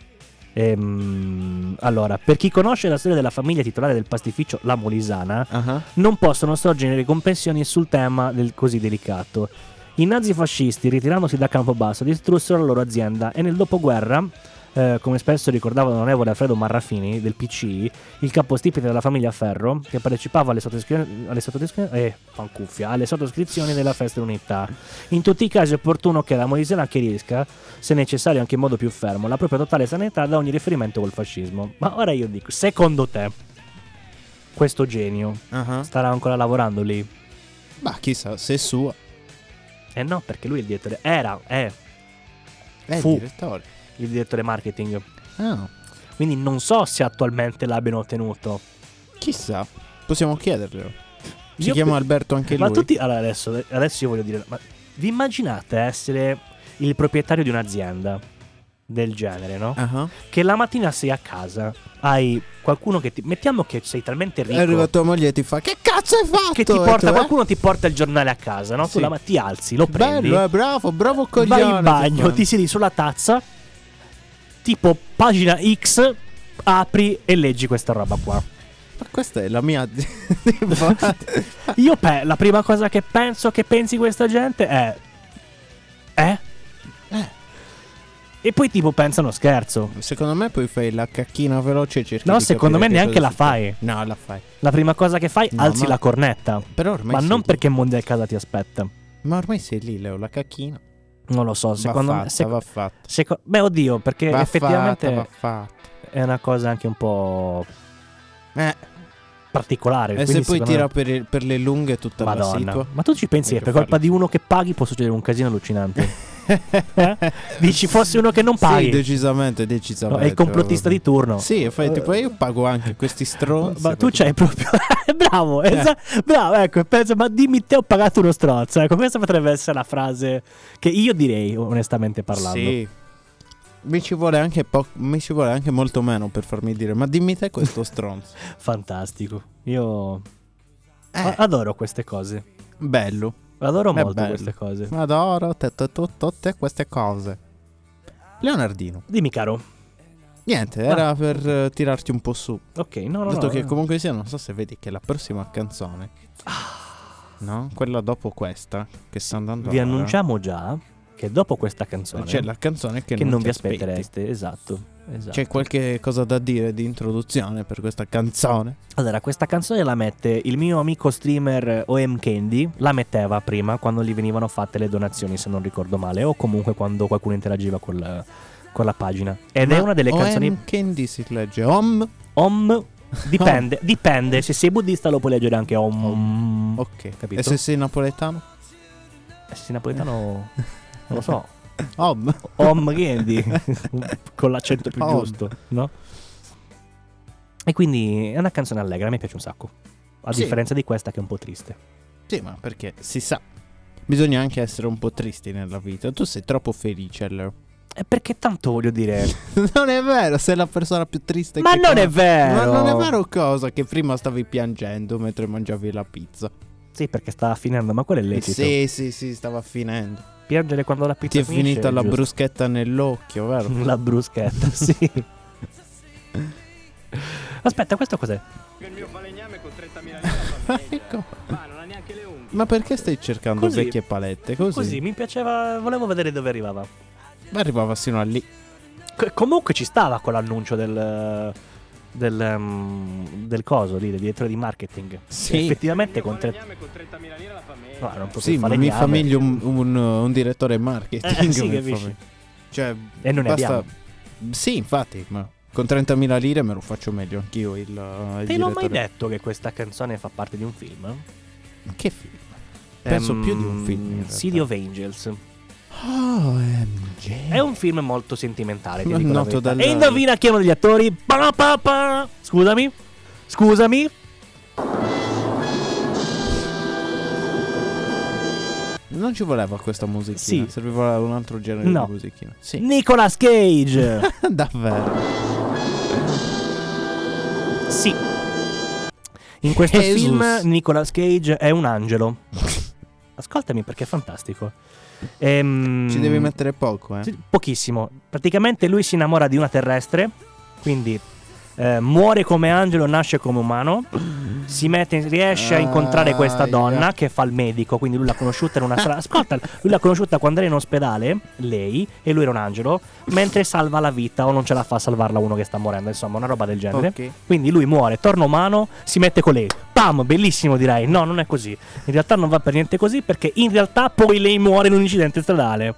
[SPEAKER 2] allora, per chi conosce la storia della famiglia titolare del pastifficio La Molisana, non possono sorgere ricompensioni sul tema del così delicato. I nazifascisti, ritirandosi da Campobasso, distrussero la loro azienda e nel dopoguerra, come spesso ricordava l'onorevole Alfredo Marrafini del PCI, il capostipite della famiglia Ferro, che partecipava alle sottoscrizioni della Festa dell'Unità. In tutti i casi è opportuno che la Molisana chiarisca, se necessario anche in modo più fermo, la propria totale sanità da ogni riferimento col fascismo. Ma ora io dico, secondo te questo genio starà ancora lavorando lì?
[SPEAKER 1] Ma chissà, se è sua.
[SPEAKER 2] No, perché lui è il direttore.
[SPEAKER 1] Fu direttore.
[SPEAKER 2] Il direttore marketing. Quindi non so se attualmente l'abbiano ottenuto.
[SPEAKER 1] Chissà, possiamo chiederglielo. Si chiama Alberto anche lui.
[SPEAKER 2] Ma tutti. Allora adesso io voglio dire, ma vi immaginate essere il proprietario di un'azienda del genere, no? Che la mattina sei a casa, hai qualcuno che mettiamo che sei talmente ricco,
[SPEAKER 1] arriva tua moglie e ti fa: che cazzo hai fatto?
[SPEAKER 2] Che ti porta qualcuno ti porta il giornale a casa, no? Tu ti alzi, lo prendi.
[SPEAKER 1] Bello, bravo coglione.
[SPEAKER 2] Vai in bagno, ti siedi sulla tazza, tipo pagina X, apri e leggi questa roba qua.
[SPEAKER 1] Ma questa è la mia.
[SPEAKER 2] Io la prima cosa che pensi questa gente è e poi tipo pensano scherzo.
[SPEAKER 1] Secondo me poi fai la cacchina veloce e cerchi.
[SPEAKER 2] No, secondo me neanche la fai.
[SPEAKER 1] No, la fai.
[SPEAKER 2] La prima cosa che fai, alzi la cornetta.
[SPEAKER 1] Però ormai
[SPEAKER 2] ma non perché Mondial Casa ti aspetta.
[SPEAKER 1] Ma ormai sei lì, Leo, la cacchina.
[SPEAKER 2] Non lo so, secondo me
[SPEAKER 1] va fatta.
[SPEAKER 2] Beh, oddio, perché effettivamente
[SPEAKER 1] va fatta.
[SPEAKER 2] È una cosa anche un po' particolare.
[SPEAKER 1] E se poi tira per le lunghe tutta
[SPEAKER 2] Madonna.
[SPEAKER 1] la situa.
[SPEAKER 2] Ma tu ci pensi che per colpa di uno che paghi può succedere un casino allucinante? Dici fosse uno che non paghi?
[SPEAKER 1] Sì, decisamente.
[SPEAKER 2] No, è il complottista di turno.
[SPEAKER 1] Sì, tipo io pago anche questi stronzi.
[SPEAKER 2] Ma tu c'hai proprio bravo, bravo, ecco, penso, ma dimmi te ho pagato uno stronzo. Ecco, questa potrebbe essere la frase che io direi, onestamente parlando.
[SPEAKER 1] Sì. Mi ci vuole anche molto meno per farmi dire: ma dimmi te questo stronzo.
[SPEAKER 2] Fantastico. Io adoro queste cose.
[SPEAKER 1] Bello.
[SPEAKER 2] Adoro molto queste cose.
[SPEAKER 1] Adoro tutte queste cose. Leonardino,
[SPEAKER 2] dimmi caro.
[SPEAKER 1] Niente, era per tirarti un po' su.
[SPEAKER 2] Ok, no.
[SPEAKER 1] Detto che comunque sia, non so se vedi che la prossima canzone, no? Quella dopo questa che sta andando.
[SPEAKER 2] Vi annunciamo già che dopo questa canzone
[SPEAKER 1] c'è la canzone che
[SPEAKER 2] non vi aspettereste. Esatto.
[SPEAKER 1] C'è qualche cosa da dire di introduzione per questa canzone?
[SPEAKER 2] Allora, questa canzone la mette il mio amico streamer OM Candy. La metteva prima quando gli venivano fatte le donazioni, se non ricordo male, o comunque quando qualcuno interagiva con la pagina. Ed è una delle canzoni.
[SPEAKER 1] OM Candy si legge
[SPEAKER 2] Om. Dipende. Se sei buddista lo puoi leggere anche Om.
[SPEAKER 1] Ok,
[SPEAKER 2] capito?
[SPEAKER 1] E se sei napoletano?
[SPEAKER 2] Se sei napoletano non lo so.
[SPEAKER 1] Om
[SPEAKER 2] Candy con l'accento più giusto, no? E quindi è una canzone allegra, a me piace un sacco. A differenza di questa che è un po' triste.
[SPEAKER 1] Sì, ma perché si sa, bisogna anche essere un po' tristi nella vita. Tu sei troppo felice, allora.
[SPEAKER 2] Perché tanto voglio dire
[SPEAKER 1] non è vero, sei la persona più triste
[SPEAKER 2] ma
[SPEAKER 1] che
[SPEAKER 2] non è vero.
[SPEAKER 1] Ma non è vero cosa? Che prima stavi piangendo mentre mangiavi la pizza.
[SPEAKER 2] Sì, perché stava finendo, ma quello è lecito.
[SPEAKER 1] Sì, stava finendo.
[SPEAKER 2] Piangere quando la pizza
[SPEAKER 1] finisce. Ti è finita la bruschetta nell'occhio, vero?
[SPEAKER 2] La bruschetta, sì. Aspetta, questo cos'è?
[SPEAKER 6] Il mio falegname con 30.000 lire la famiglia. Ma non ha neanche le unghie.
[SPEAKER 1] Ma perché stai cercando così, vecchie palette?
[SPEAKER 2] Così mi piaceva, volevo vedere dove arrivava.
[SPEAKER 1] Ma arrivava sino a lì.
[SPEAKER 2] Comunque ci stava con l'annuncio del coso lì, del direttore di marketing.
[SPEAKER 1] Sì.
[SPEAKER 2] Effettivamente con
[SPEAKER 6] 30.000 lire la famiglia.
[SPEAKER 2] No, non
[SPEAKER 1] sì, ma mi fa meglio un direttore marketing.
[SPEAKER 2] Sì, capisci.
[SPEAKER 1] Cioè,
[SPEAKER 2] e non ne abbiamo.
[SPEAKER 1] Sì, infatti, ma con 30.000 lire me lo faccio meglio anch'io il
[SPEAKER 2] Te l'ho mai detto che questa canzone fa parte di un film?
[SPEAKER 1] Che film? Penso più di un film.
[SPEAKER 2] City of Angels.
[SPEAKER 1] OMG.
[SPEAKER 2] È un film molto sentimentale, ti
[SPEAKER 1] Non
[SPEAKER 2] dico la
[SPEAKER 1] noto
[SPEAKER 2] verità.
[SPEAKER 1] dal-
[SPEAKER 2] E indovina chi è uno degli attori? Scusami.
[SPEAKER 1] Non ci voleva questa musichina.
[SPEAKER 2] Sì.
[SPEAKER 1] Serviva un altro genere
[SPEAKER 2] No.
[SPEAKER 1] di musichina. Sì.
[SPEAKER 2] Nicolas Cage.
[SPEAKER 1] Davvero.
[SPEAKER 2] Sì. In questo
[SPEAKER 1] Jesus.
[SPEAKER 2] film Nicolas Cage è un angelo. Ascoltami perché è fantastico.
[SPEAKER 1] Ci devi mettere poco,
[SPEAKER 2] Sì, pochissimo. Praticamente lui si innamora di una terrestre, quindi muore come angelo, nasce come umano. Riesce a incontrare questa donna che fa il medico, quindi lui l'ha conosciuta in una sala. Ascolta, lui l'ha conosciuta quando era in ospedale, lei, e lui era un angelo, mentre salva la vita o non ce la fa a salvarla uno che sta morendo, insomma, una roba del genere.
[SPEAKER 1] Ok.
[SPEAKER 2] Quindi lui muore, torna umano, si mette con lei. Pam, bellissimo direi. No, non è così. In realtà non va per niente così, perché in realtà poi lei muore in un incidente stradale.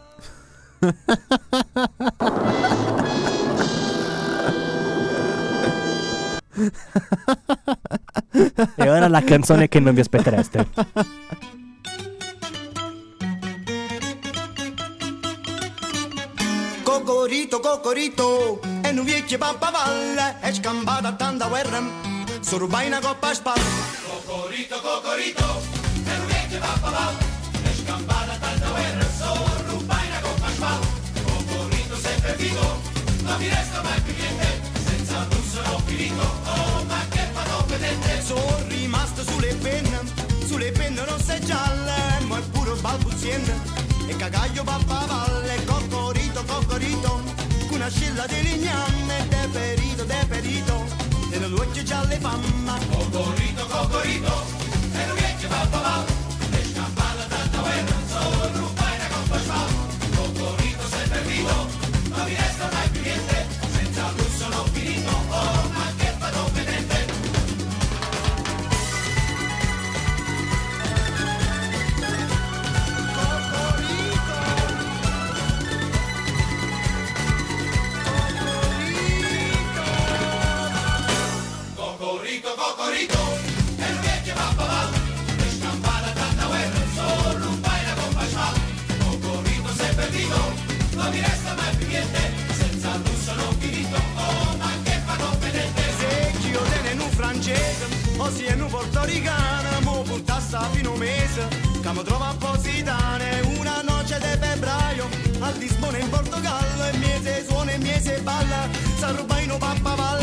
[SPEAKER 2] E ora la canzone che non vi aspettereste.
[SPEAKER 3] Cocorito, cocorito, e non vecchio pappavalle, è scampata tanta guerra, su rubai una coppa a spalle. Cocorito, cocorito, e non vecchio pappavalle, è scampata tanta guerra, su rubai una coppa a spalle. Cocorito sei perdido, non mi resta mai più niente, senza tu sono finito, oh ma che farò vedente. Sono rimasto sulle penne rosse e gialle, ma è puro balbuziente, e cagaglio pappavalle, cocorito, cocorito, con una scilla di ligname, deperito, nelle luce gialle famma. Cocorito, cocorito, e non vecchio pappavalle, e scampata tanta guerra, solo rubai una coppa a spalle. Cocorito sei perdido, non mi resta mai più niente, senza tu sono finito, oh ma che farò vedente. Cocorito, cocorito, e non vecchio pappavalle, e scampata tanta guerra, solo un paio una coppa a spalle. Cocorito sei perdido, non mi resta mai più niente, senza tu sono finito, oh ma che farò vedente. Se chi io tiene in un francese, o sia in un portoricano, mo puntassa fino un mese, che mi trova a Positane, una noce di febbraio, al Lisbona in Portogallo, e miese suona e miese balla, sa rubaino pappavalle.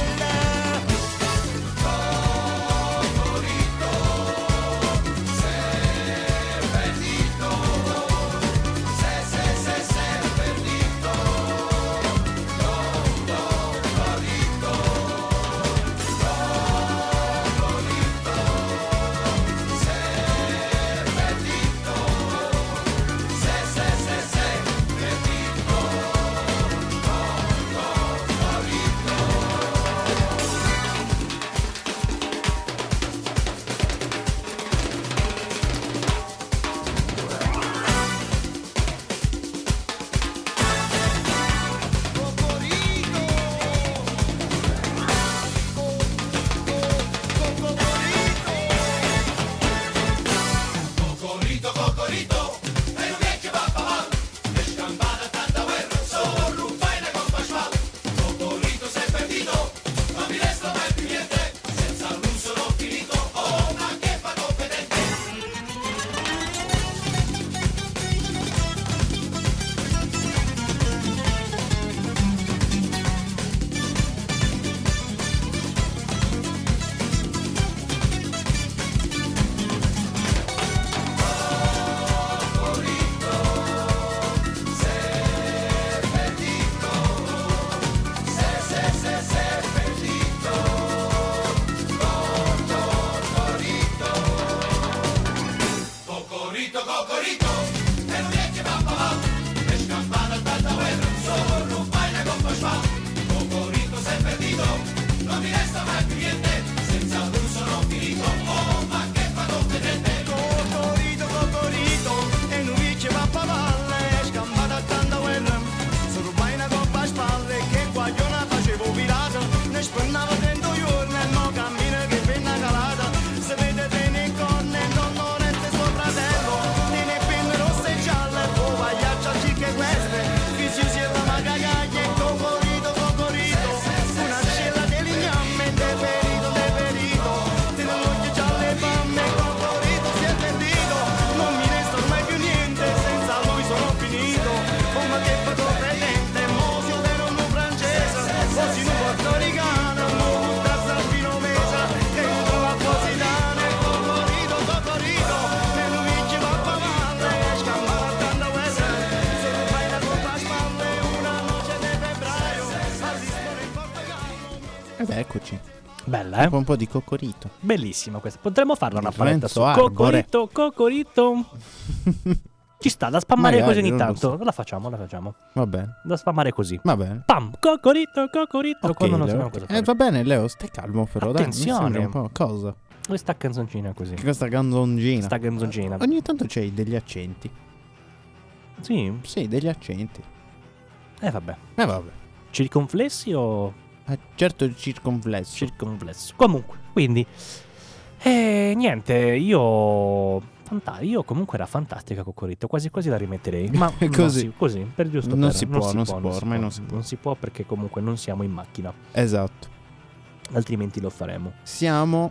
[SPEAKER 3] Cocorito, cocorito, e non è che va papà, e scampata al tataguerra, solo non fai una coppa schwa. Cocorito sei perdido, non mi resta mai più niente, senza lui sono finito, oh ma che vado vedete. Cocorito, cocorito, e non dice va papà, e scampata al tataguerra, solo fai una coppa a spalle, che guagliona facevo virata, ne spennavo 30 giorni e non cammina che penna calata, se vede bene in corne, non è suo fratello, tiene penne rosse e gialle, poi vagliaccia circa queste, che si usa la cagaglia e cocorito, cocorito, una scella di ligname, de perito, tiene l'occhio giallo e pamme, cocorito si è pentito, non mi resta mai più niente, senza lui sono finito, oh ma che fatto credente, mo si ovvero un francese, o si un portoricano, mo buttarsi al fino mesa, che non trova positane, cocorito, cocorito, e lui ci va a pavalle, scampava tanta guerra, se non fai la colpa a spalle, una noce di febbraio, al Lisbona in Portogallo.
[SPEAKER 1] Eccoci.
[SPEAKER 2] Bella,
[SPEAKER 1] Un po' di cocorito.
[SPEAKER 2] Bellissima questa. Potremmo farla una paletta su
[SPEAKER 1] Lorenzo Arbore.
[SPEAKER 2] cocorito, cocorito. Ci sta da spammare
[SPEAKER 1] Magari,
[SPEAKER 2] così ogni
[SPEAKER 1] non lo
[SPEAKER 2] tanto.
[SPEAKER 1] so.
[SPEAKER 2] La facciamo.
[SPEAKER 1] Va bene.
[SPEAKER 2] Da spammare così.
[SPEAKER 1] Va bene.
[SPEAKER 2] Pam, cocorito, cocorito.
[SPEAKER 1] Ok,
[SPEAKER 2] Quando non
[SPEAKER 1] Leo.
[SPEAKER 2] sappiamo cosa fare.
[SPEAKER 1] Va bene, Leo, stai calmo però,
[SPEAKER 2] Attenzione.
[SPEAKER 1] dai. Mi sembra un po' cosa?
[SPEAKER 2] Questa canzoncina così.
[SPEAKER 1] Questa canzoncina.
[SPEAKER 2] Sta canzoncina.
[SPEAKER 1] Ogni tanto c'hai degli accenti.
[SPEAKER 2] Sì.
[SPEAKER 1] Sì, degli accenti.
[SPEAKER 2] Vabbè.
[SPEAKER 1] Vabbè.
[SPEAKER 2] Circonflessi o
[SPEAKER 1] Certo circonflesso.
[SPEAKER 2] circonflesso? Comunque, quindi niente, io comunque era fantastica Cocorito, quasi quasi la rimetterei. Ma
[SPEAKER 1] Così.
[SPEAKER 2] così, per giusto
[SPEAKER 1] Non
[SPEAKER 2] per-
[SPEAKER 1] si può, ormai non si può.
[SPEAKER 2] Non si può perché comunque non siamo in macchina,
[SPEAKER 1] Esatto.
[SPEAKER 2] altrimenti lo faremo.
[SPEAKER 1] Siamo...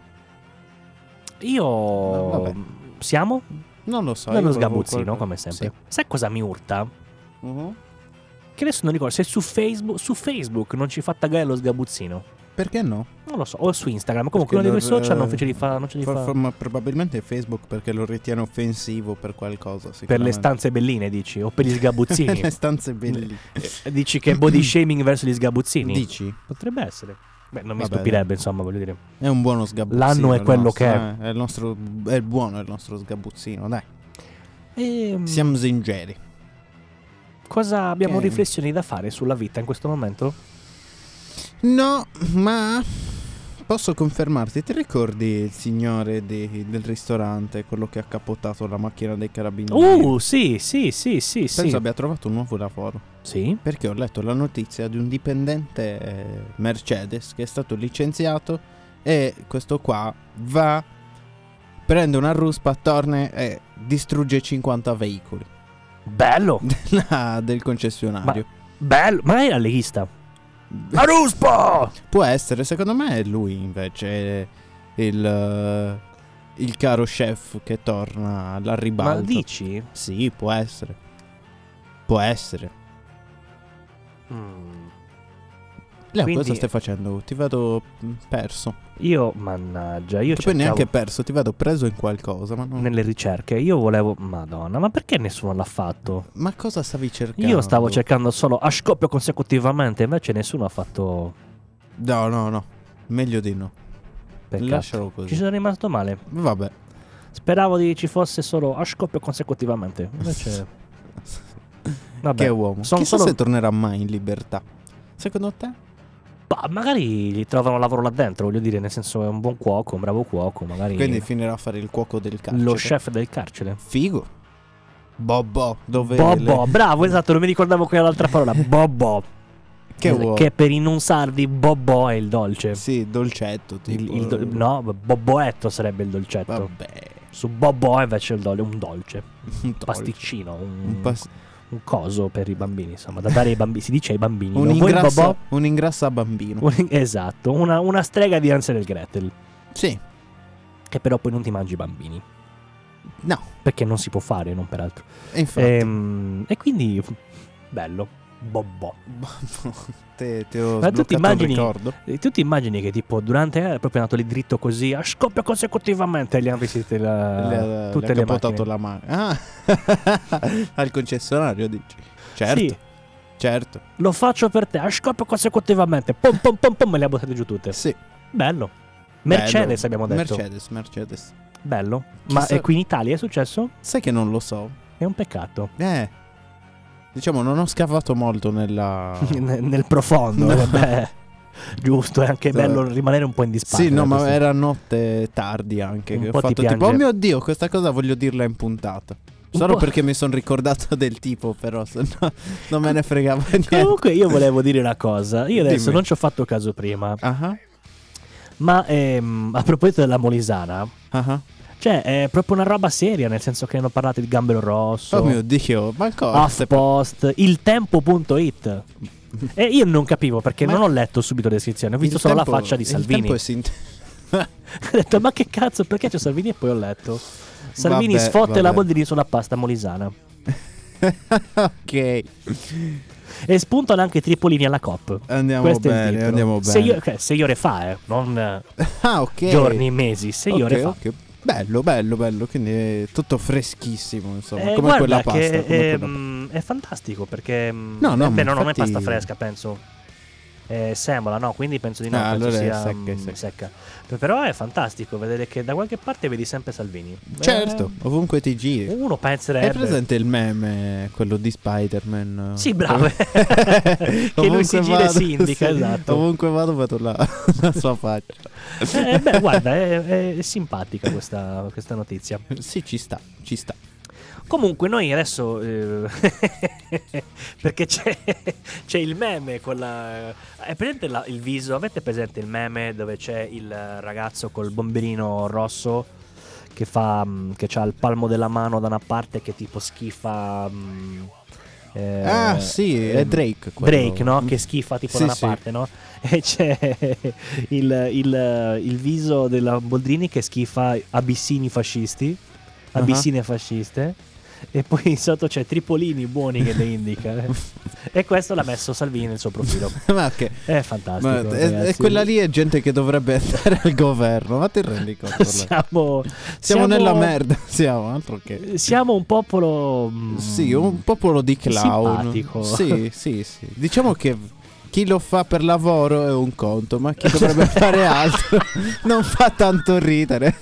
[SPEAKER 2] Io
[SPEAKER 1] vabbè.
[SPEAKER 2] siamo
[SPEAKER 1] Non lo so.
[SPEAKER 2] nello
[SPEAKER 1] io
[SPEAKER 2] sgabuzzino
[SPEAKER 1] volevo-
[SPEAKER 2] come sempre.
[SPEAKER 1] Sì.
[SPEAKER 2] Sai cosa mi urta?
[SPEAKER 1] Mhm.
[SPEAKER 2] Che adesso non ricordo se su Facebook non ci fa taggare lo sgabuzzino.
[SPEAKER 1] Perché no?
[SPEAKER 2] Non lo so, o su Instagram, comunque uno
[SPEAKER 1] Perché
[SPEAKER 2] dei due social non
[SPEAKER 1] non
[SPEAKER 2] ce li fa.
[SPEAKER 1] Ma probabilmente Facebook perché lo ritiene offensivo per qualcosa.
[SPEAKER 2] Per le
[SPEAKER 1] sicuramente.
[SPEAKER 2] stanze belline, dici? O per gli sgabuzzini?
[SPEAKER 1] Le stanze belli.
[SPEAKER 2] Dici che è body shaming verso gli sgabuzzini?
[SPEAKER 1] Dici?
[SPEAKER 2] Potrebbe essere. Beh, non mi
[SPEAKER 1] Vabbè,
[SPEAKER 2] stupirebbe, insomma, voglio dire.
[SPEAKER 1] È un buono sgabuzzino.
[SPEAKER 2] L'anno è
[SPEAKER 1] il
[SPEAKER 2] quello
[SPEAKER 1] nostro,
[SPEAKER 2] che è.
[SPEAKER 1] È il nostro. È buono il nostro sgabuzzino, dai.
[SPEAKER 2] E,
[SPEAKER 1] Siamo sinceri.
[SPEAKER 2] cosa abbiamo
[SPEAKER 1] Ok.
[SPEAKER 2] riflessioni da fare sulla vita in questo momento?
[SPEAKER 1] No, ma posso confermarti, ti ricordi il signore del ristorante, quello che ha cappottato la macchina dei carabinieri?
[SPEAKER 2] Sì.
[SPEAKER 1] Penso abbia trovato un nuovo lavoro.
[SPEAKER 2] Sì.
[SPEAKER 1] Perché ho letto la notizia di un dipendente Mercedes che è stato licenziato e questo qua va, prende una ruspa, torna e distrugge 50 veicoli
[SPEAKER 2] Bello.
[SPEAKER 1] del concessionario.
[SPEAKER 2] Bello. Magari era leghista. La ruspa!
[SPEAKER 1] Può essere, secondo me è lui invece il caro chef che torna alla ribalta.
[SPEAKER 2] Ma dici?
[SPEAKER 1] Sì, può essere. Può essere. Leo,
[SPEAKER 2] Quindi-
[SPEAKER 1] cosa stai facendo? Ti vedo perso.
[SPEAKER 2] Io, mannaggia, io
[SPEAKER 1] Che poi
[SPEAKER 2] cercavo
[SPEAKER 1] neanche perso, ti vedo preso in qualcosa. Ma, non...
[SPEAKER 2] nelle ricerche. Io volevo... Madonna, ma perché nessuno l'ha fatto?
[SPEAKER 1] ma cosa stavi cercando?
[SPEAKER 2] Io stavo cercando solo a scoppio consecutivamente, invece nessuno ha fatto...
[SPEAKER 1] No. Meglio di no.
[SPEAKER 2] Peccato.
[SPEAKER 1] Lascialo
[SPEAKER 2] Ci
[SPEAKER 1] così.
[SPEAKER 2] sono rimasto male.
[SPEAKER 1] Vabbè.
[SPEAKER 2] Speravo ci fosse solo a scoppio consecutivamente. Invece... Vabbè.
[SPEAKER 1] Che uomo.
[SPEAKER 2] Sono
[SPEAKER 1] Chissà
[SPEAKER 2] solo...
[SPEAKER 1] se tornerà mai in libertà. Secondo te?
[SPEAKER 2] Bah, magari gli trovano lavoro là dentro, voglio dire, nel senso è un buon cuoco, un bravo cuoco, magari
[SPEAKER 1] Quindi finirà a fare il cuoco del carcere.
[SPEAKER 2] lo chef del carcere.
[SPEAKER 1] Figo. Bobo. Dove
[SPEAKER 2] Bobo, bravo, esatto, non mi ricordavo quella l'altra parola. Bobo.
[SPEAKER 1] Che uomo.
[SPEAKER 2] Che per i non sardi Bobo è il dolce.
[SPEAKER 1] Sì, dolcetto tipo.
[SPEAKER 2] No, Boboetto sarebbe il dolcetto.
[SPEAKER 1] Vabbè.
[SPEAKER 2] Su Bobo invece il un dolce.
[SPEAKER 1] Un
[SPEAKER 2] Pasticcino,
[SPEAKER 1] Un
[SPEAKER 2] un coso per i bambini, insomma, da dare ai bambini, si dice ai bambini.
[SPEAKER 1] Un
[SPEAKER 2] non vuoi il
[SPEAKER 1] ingrassa,
[SPEAKER 2] Bobo?
[SPEAKER 1] un ingrassa bambino.
[SPEAKER 2] Esatto, una strega di Hansel e Gretel,
[SPEAKER 1] Sì.
[SPEAKER 2] che però poi non ti mangi i bambini,
[SPEAKER 1] No.
[SPEAKER 2] perché non si può fare, non peraltro.
[SPEAKER 1] E infatti.
[SPEAKER 2] E quindi bello, Bobo.
[SPEAKER 1] Te ho
[SPEAKER 2] Ma tu ti
[SPEAKER 1] sbloccato il
[SPEAKER 2] immagini,
[SPEAKER 1] ricordo.
[SPEAKER 2] tu ti immagini che tipo durante è proprio andato lì dritto così a scoppio consecutivamente gli hanno visitato tutte le macchine.
[SPEAKER 1] la macchina. Al concessionario dici. Certo.
[SPEAKER 2] Sì,
[SPEAKER 1] Certo.
[SPEAKER 2] lo faccio per te a scoppio consecutivamente. Pom pom pom pom, me le ha buttate giù tutte.
[SPEAKER 1] Sì.
[SPEAKER 2] Bello. Mercedes
[SPEAKER 1] Bello.
[SPEAKER 2] abbiamo detto.
[SPEAKER 1] Mercedes.
[SPEAKER 2] Bello. Ma qui in Italia è successo?
[SPEAKER 1] Sai che non lo so.
[SPEAKER 2] È un peccato.
[SPEAKER 1] Diciamo, non ho scavato molto
[SPEAKER 2] nel profondo. Beh, giusto, è anche bello rimanere un po' in disparte.
[SPEAKER 1] Sì, no, ma era notte tardi anche. Che ho fatto tipo, oh mio Dio, questa cosa voglio dirla in puntata. Solo perché mi sono ricordato del tipo, però se no non me ne fregava niente.
[SPEAKER 2] Comunque io volevo dire una cosa. Io adesso non ci ho fatto caso prima. Ma a proposito della Molisana, cioè è proprio una roba seria, nel senso che hanno parlato di Gambero Rosso.
[SPEAKER 1] Oh mio Dio, ma cosa?
[SPEAKER 2] HuffPost, iltempo.it. E io non capivo perché non ho letto subito la descrizione, ho visto solo la faccia di Salvini. Ho detto ma che cazzo, perché c'è Salvini? E poi ho letto Salvini sfotte la Boldrini sulla pasta molisana.
[SPEAKER 1] Ok.
[SPEAKER 2] E spuntano anche Tripolini alla COP.
[SPEAKER 1] Andiamo bene.
[SPEAKER 2] 6 ore fa, non giorni, mesi, 6 ore fa. Okay.
[SPEAKER 1] Bello, quindi è tutto freschissimo, insomma, come quella pasta.
[SPEAKER 2] È fantastico perché non è pasta fresca, penso. Semola, no, quindi penso di no, penso
[SPEAKER 1] allora
[SPEAKER 2] sia
[SPEAKER 1] secca.
[SPEAKER 2] Però è fantastico vedere che da qualche parte vedi sempre Salvini.
[SPEAKER 1] Certo, ovunque ti giri.
[SPEAKER 2] Uno penserebbe.
[SPEAKER 1] È presente il meme, quello di Spider-Man?
[SPEAKER 2] Sì, bravo. Che lui si gira e si indica, sì, esatto.
[SPEAKER 1] Ovunque vado la sua faccia.
[SPEAKER 2] Guarda, è simpatica questa notizia.
[SPEAKER 1] Sì, ci sta.
[SPEAKER 2] Comunque noi adesso perché c'è il meme con la... È presente il viso? Avete presente il meme dove c'è il ragazzo col bomberino rosso che ha il palmo della mano da una parte che tipo schifa...
[SPEAKER 1] sì, è Drake quello.
[SPEAKER 2] Drake, no? Che schifa tipo da una parte, no? E c'è il viso della Boldrini che schifa abissini fascisti, abissine fasciste. E poi sotto c'è Tripolini buoni che le indica. E questo l'ha messo Salvini nel suo profilo.
[SPEAKER 1] Ma che
[SPEAKER 2] è fantastico.
[SPEAKER 1] E quella lì è gente che dovrebbe andare al governo. Ma ti rendi conto? Siamo nella merda. Siamo
[SPEAKER 2] un popolo.
[SPEAKER 1] Sì, un popolo di clown.
[SPEAKER 2] Simpatico.
[SPEAKER 1] Sì. Diciamo che chi lo fa per lavoro è un conto, ma chi dovrebbe fare altro non fa tanto ridere.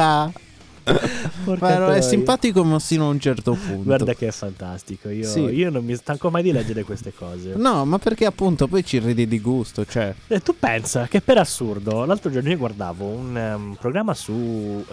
[SPEAKER 1] Però è simpatico ma sino a un certo punto.
[SPEAKER 2] Guarda che è fantastico. Io non mi stanco mai di leggere queste cose.
[SPEAKER 1] No, ma perché appunto poi ci ridi di gusto, cioè.
[SPEAKER 2] Tu pensa che per assurdo l'altro giorno io guardavo un programma su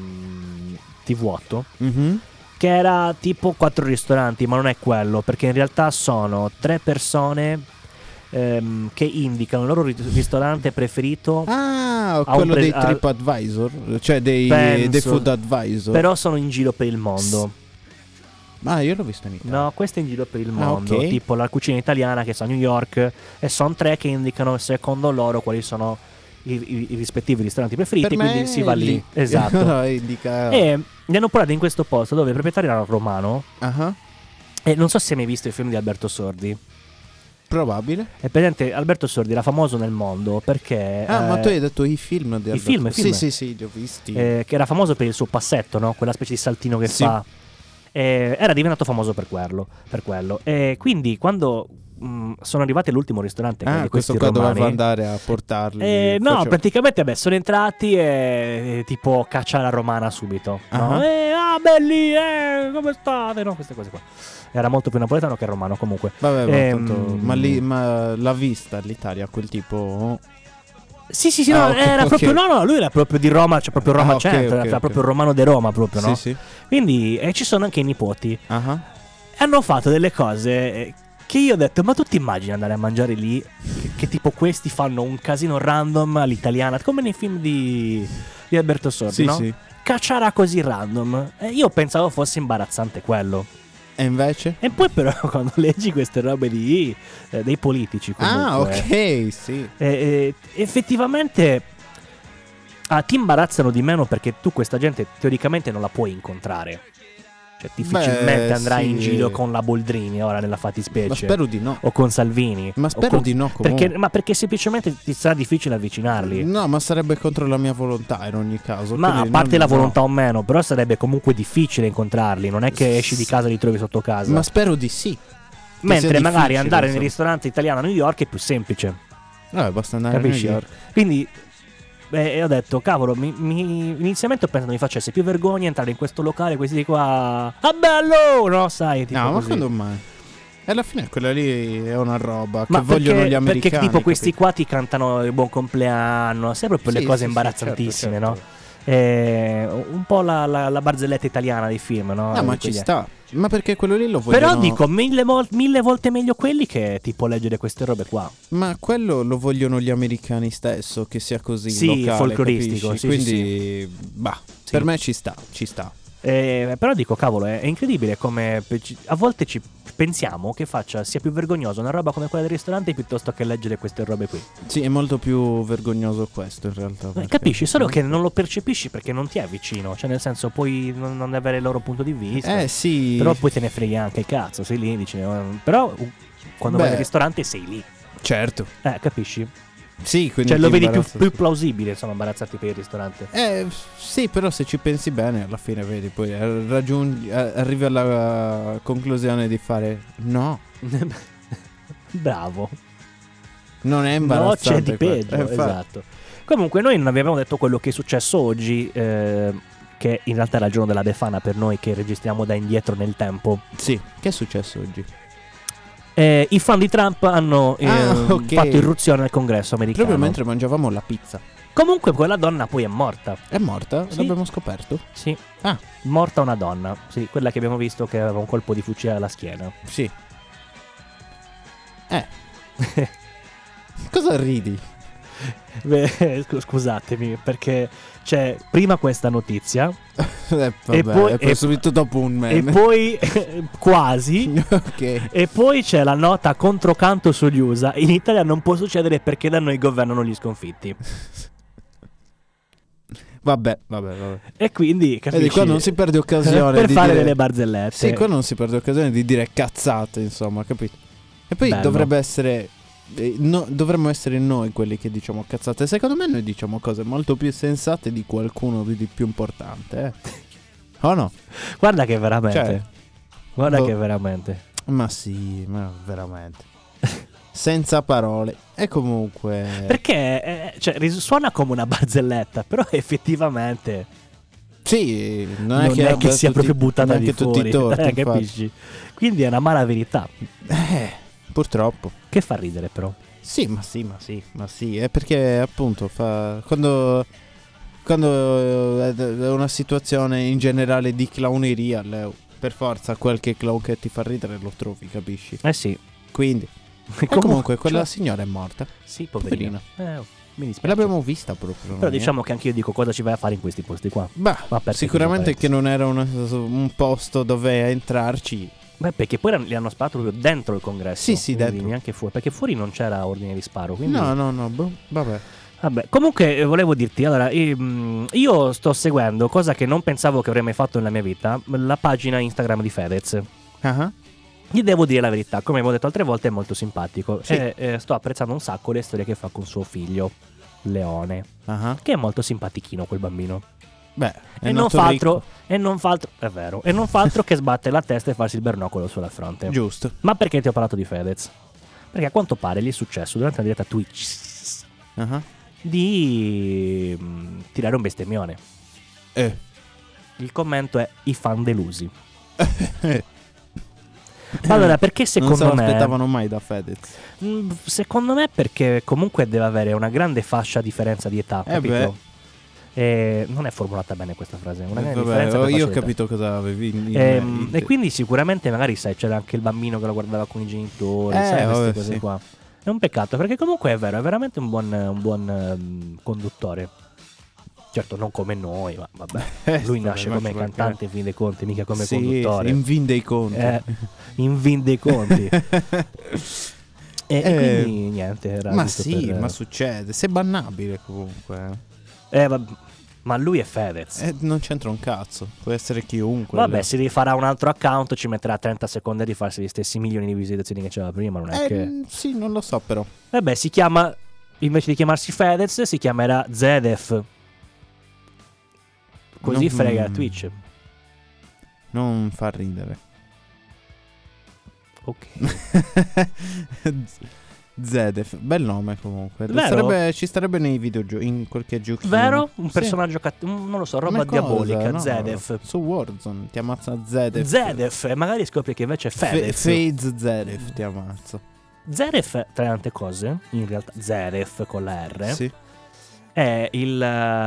[SPEAKER 2] TV8 che era tipo 4 ristoranti, ma non è quello, perché in realtà sono 3 persone che indicano il loro ristorante preferito.
[SPEAKER 1] Quello dei TripAdvisor, cioè dei Food Advisor.
[SPEAKER 2] Però sono in giro per il mondo.
[SPEAKER 1] Io l'ho visto in Italia.
[SPEAKER 2] No, questo è in giro per il mondo, tipo la cucina italiana che sta a New York, e sono 3 che indicano secondo loro quali sono i rispettivi ristoranti preferiti, quindi si va lì. Esatto.
[SPEAKER 1] No, indica...
[SPEAKER 2] E ne hanno parlato in questo posto dove il proprietario era romano. E non so se hai mai visto i film di Alberto Sordi.
[SPEAKER 1] Probabile.
[SPEAKER 2] È presente, Alberto Sordi era famoso nel mondo perché
[SPEAKER 1] ma tu hai detto i film di Alberto.
[SPEAKER 2] I film.
[SPEAKER 1] Sì, li ho visti.
[SPEAKER 2] Che era famoso per il suo passetto, no? Quella specie di saltino che fa. Era diventato famoso per quello. E quindi quando sono arrivati all'ultimo ristorante di
[SPEAKER 1] questo qua
[SPEAKER 2] romani,
[SPEAKER 1] doveva andare a portarli.
[SPEAKER 2] No, praticamente sono entrati e tipo caccia alla romana subito, no? Belli, come state? No, queste cose qua. Era molto più napoletano che romano, comunque.
[SPEAKER 1] Vabbè, ma l'ha vista l'Italia quel tipo?
[SPEAKER 2] Sì, no, era proprio lui era proprio di Roma, cioè proprio Roma Centro, era proprio Romano de Roma proprio, no?
[SPEAKER 1] Sì.
[SPEAKER 2] Quindi ci sono anche i nipoti. E hanno fatto delle cose che io ho detto, ma tu ti immagini andare a mangiare lì che tipo questi fanno un casino random all'italiana, come nei film di Alberto Sordi, no? Sì. Cacciara così random. Io pensavo fosse imbarazzante quello.
[SPEAKER 1] E invece?
[SPEAKER 2] E poi però quando leggi queste robe dei politici comunque,
[SPEAKER 1] sì.
[SPEAKER 2] Effettivamente ti imbarazzano di meno perché tu questa gente teoricamente non la puoi incontrare. Cioè difficilmente andrai in giro con la Boldrini ora nella fattispecie.
[SPEAKER 1] Ma spero di no.
[SPEAKER 2] O con Salvini.
[SPEAKER 1] Ma spero di no comunque.
[SPEAKER 2] Perché semplicemente ti sarà difficile avvicinarli.
[SPEAKER 1] No, ma sarebbe contro la mia volontà in ogni caso.
[SPEAKER 2] Ma a parte la volontà o meno, però sarebbe comunque difficile incontrarli. Non è che esci di casa e li trovi sotto casa.
[SPEAKER 1] Ma spero di sì.
[SPEAKER 2] Mentre magari andare nel ristorante italiano a New York è più semplice.
[SPEAKER 1] Basta andare a New York.
[SPEAKER 2] Quindi ho detto, cavolo, inizialmente ho pensato mi facesse più vergogna entrare in questo locale, questi di qua, ah bello, no, sai, tipo
[SPEAKER 1] no,
[SPEAKER 2] così.
[SPEAKER 1] Ma quando mai? E alla fine quella lì è una roba che vogliono gli americani.
[SPEAKER 2] Perché tipo questi qua ti cantano il buon compleanno, sai, proprio le cose imbarazzantissime,
[SPEAKER 1] certo.
[SPEAKER 2] no? Un po' la barzelletta italiana dei film, no?
[SPEAKER 1] Ma ci sta. Ma perché quello lì lo vogliono.
[SPEAKER 2] Però dico, mille volte meglio quelli che tipo leggere queste robe qua.
[SPEAKER 1] Ma quello lo vogliono gli americani stesso, che sia così
[SPEAKER 2] sì,
[SPEAKER 1] locale,
[SPEAKER 2] folcloristico,
[SPEAKER 1] capisci?
[SPEAKER 2] sì,
[SPEAKER 1] Quindi bah,
[SPEAKER 2] sì.
[SPEAKER 1] Per me ci sta.
[SPEAKER 2] Però dico, cavolo, è incredibile come a volte ci pensiamo che sia più vergognoso una roba come quella del ristorante piuttosto che leggere queste robe qui.
[SPEAKER 1] Sì, è molto più vergognoso questo in realtà.
[SPEAKER 2] Capisci? Solo che non lo percepisci perché non ti è vicino. Cioè, nel senso, puoi non avere il loro punto di vista.
[SPEAKER 1] Sì.
[SPEAKER 2] Però poi te ne freghi anche il cazzo. Sei lì, dici. Però quando vai al ristorante sei lì.
[SPEAKER 1] Certo.
[SPEAKER 2] Capisci?
[SPEAKER 1] Sì, quindi
[SPEAKER 2] cioè lo vedi più plausibile, insomma, imbarazzarti per il ristorante.
[SPEAKER 1] Sì, però se ci pensi bene, alla fine vedi, poi arrivi alla conclusione di fare no.
[SPEAKER 2] Bravo.
[SPEAKER 1] Non è imbarazzante.
[SPEAKER 2] No, c'è di peggio, esatto. Comunque noi non avevamo detto quello che è successo oggi, che in realtà era il giorno della Befana per noi che registriamo da indietro nel tempo.
[SPEAKER 1] Sì, che è successo oggi?
[SPEAKER 2] I fan di Trump hanno fatto irruzione al congresso americano.
[SPEAKER 1] Proprio mentre mangiavamo la pizza.
[SPEAKER 2] Comunque quella donna poi è morta.
[SPEAKER 1] È morta? Sì. L'abbiamo scoperto?
[SPEAKER 2] Sì. Morta una donna. Sì, quella che abbiamo visto che aveva un colpo di fucile alla schiena.
[SPEAKER 1] Sì. Cosa ridi?
[SPEAKER 2] Beh, scusatemi, perché c'è prima questa notizia
[SPEAKER 1] vabbè,
[SPEAKER 2] e poi
[SPEAKER 1] è subito dopo un meme.
[SPEAKER 2] E poi quasi
[SPEAKER 1] ok.
[SPEAKER 2] E poi c'è la nota controcanto sugli USA. In Italia non può succedere perché da noi governano gli sconfitti.
[SPEAKER 1] Vabbè.
[SPEAKER 2] E quindi capisci,
[SPEAKER 1] vedi, qua non si perde occasione
[SPEAKER 2] per
[SPEAKER 1] di
[SPEAKER 2] fare
[SPEAKER 1] dire
[SPEAKER 2] delle barzellette.
[SPEAKER 1] Sì, qua non si perde occasione di dire cazzate, insomma, capito? E poi
[SPEAKER 2] Bello.
[SPEAKER 1] dovrebbe essere dovremmo essere noi quelli che diciamo cazzate. Secondo me noi diciamo cose molto più sensate di qualcuno di più importante, Oh no?
[SPEAKER 2] Guarda che veramente.
[SPEAKER 1] Cioè,
[SPEAKER 2] guarda che veramente.
[SPEAKER 1] Ma sì, ma veramente. Senza parole. E comunque
[SPEAKER 2] perché suona come una barzelletta, però effettivamente
[SPEAKER 1] sì, non
[SPEAKER 2] è che sia proprio buttata di fuori,
[SPEAKER 1] torti,
[SPEAKER 2] capisci? Quindi è una mala verità.
[SPEAKER 1] Purtroppo.
[SPEAKER 2] Che fa ridere però.
[SPEAKER 1] Sì, ma sì, è perché appunto quando è una situazione in generale di clowneria, Leo, per forza qualche clown che ti fa ridere lo trovi, capisci?
[SPEAKER 2] Sì.
[SPEAKER 1] Quindi comunque quella signora è morta.
[SPEAKER 2] Sì, poverina. Mi dispiace.
[SPEAKER 1] L'abbiamo vista proprio.
[SPEAKER 2] Però diciamo che anche io dico cosa ci vai a fare in questi posti qua.
[SPEAKER 1] Sicuramente che non era un posto dove entrarci.
[SPEAKER 2] Beh, perché poi li hanno sparato proprio dentro il congresso.
[SPEAKER 1] Sì, dentro.
[SPEAKER 2] Neanche fuori. Perché fuori non c'era ordine di sparo. Quindi...
[SPEAKER 1] No, vabbè.
[SPEAKER 2] Comunque volevo dirti, allora, io sto seguendo, cosa che non pensavo che avrei mai fatto nella mia vita, la pagina Instagram di Fedez. Gli devo dire la verità, come avevo detto altre volte, è molto simpatico.
[SPEAKER 1] Sì.
[SPEAKER 2] E sto apprezzando un sacco le storie che fa con suo figlio, Leone, che è molto simpatichino quel bambino.
[SPEAKER 1] Beh,
[SPEAKER 2] e non fa altro, è vero, e non fa altro che sbattere la testa e farsi il bernocolo sulla fronte.
[SPEAKER 1] Giusto.
[SPEAKER 2] Ma perché ti ho parlato di Fedez? Perché a quanto pare gli è successo durante una diretta Twitch di tirare un bestemmione. Il commento è: i fan delusi. Allora, perché secondo me
[SPEAKER 1] non se l'aspettavano mai da Fedez?
[SPEAKER 2] Secondo me perché comunque deve avere una grande fascia differenza di età, capito? Non è formulata bene questa frase.
[SPEAKER 1] Io ho capito cosa avevi
[SPEAKER 2] e quindi sicuramente magari sai c'era anche il bambino che lo guardava con i genitori, sai, queste cose qua. È un peccato perché comunque è vero, è veramente un buon conduttore. Certo, non come noi, ma vabbè. Lui nasce come cantante in fin dei conti, mica come conduttore.
[SPEAKER 1] In fin dei conti.
[SPEAKER 2] In fin dei conti. E quindi niente, era
[SPEAKER 1] ma sì, ma succede, sei bannabile comunque.
[SPEAKER 2] Ma lui è Fedez.
[SPEAKER 1] Non c'entra un cazzo, può essere chiunque.
[SPEAKER 2] Vabbè, si rifarà un altro account, ci metterà 30 secondi a rifarsi gli stessi milioni di visualizzazioni che c'era prima, non è che...
[SPEAKER 1] Sì, non lo so però.
[SPEAKER 2] Vabbè, si chiama, invece di chiamarsi Fedez, si chiamerà Zedef. Così frega Twitch.
[SPEAKER 1] Non fa ridere.
[SPEAKER 2] Ok.
[SPEAKER 1] Zedef, bel nome comunque. Ci starebbe nei videogiochi, in qualche giochino.
[SPEAKER 2] Vero? Un personaggio non lo so, roba diabolica. No, Zedef.
[SPEAKER 1] Su Warzone ti ammazza Zedef.
[SPEAKER 2] Zedef, e magari scopri che invece è Fedez.
[SPEAKER 1] Fades Zedef ti ammazza.
[SPEAKER 2] Zedef, tra le tante cose, in realtà Zedef con la R,
[SPEAKER 1] sì,
[SPEAKER 2] è il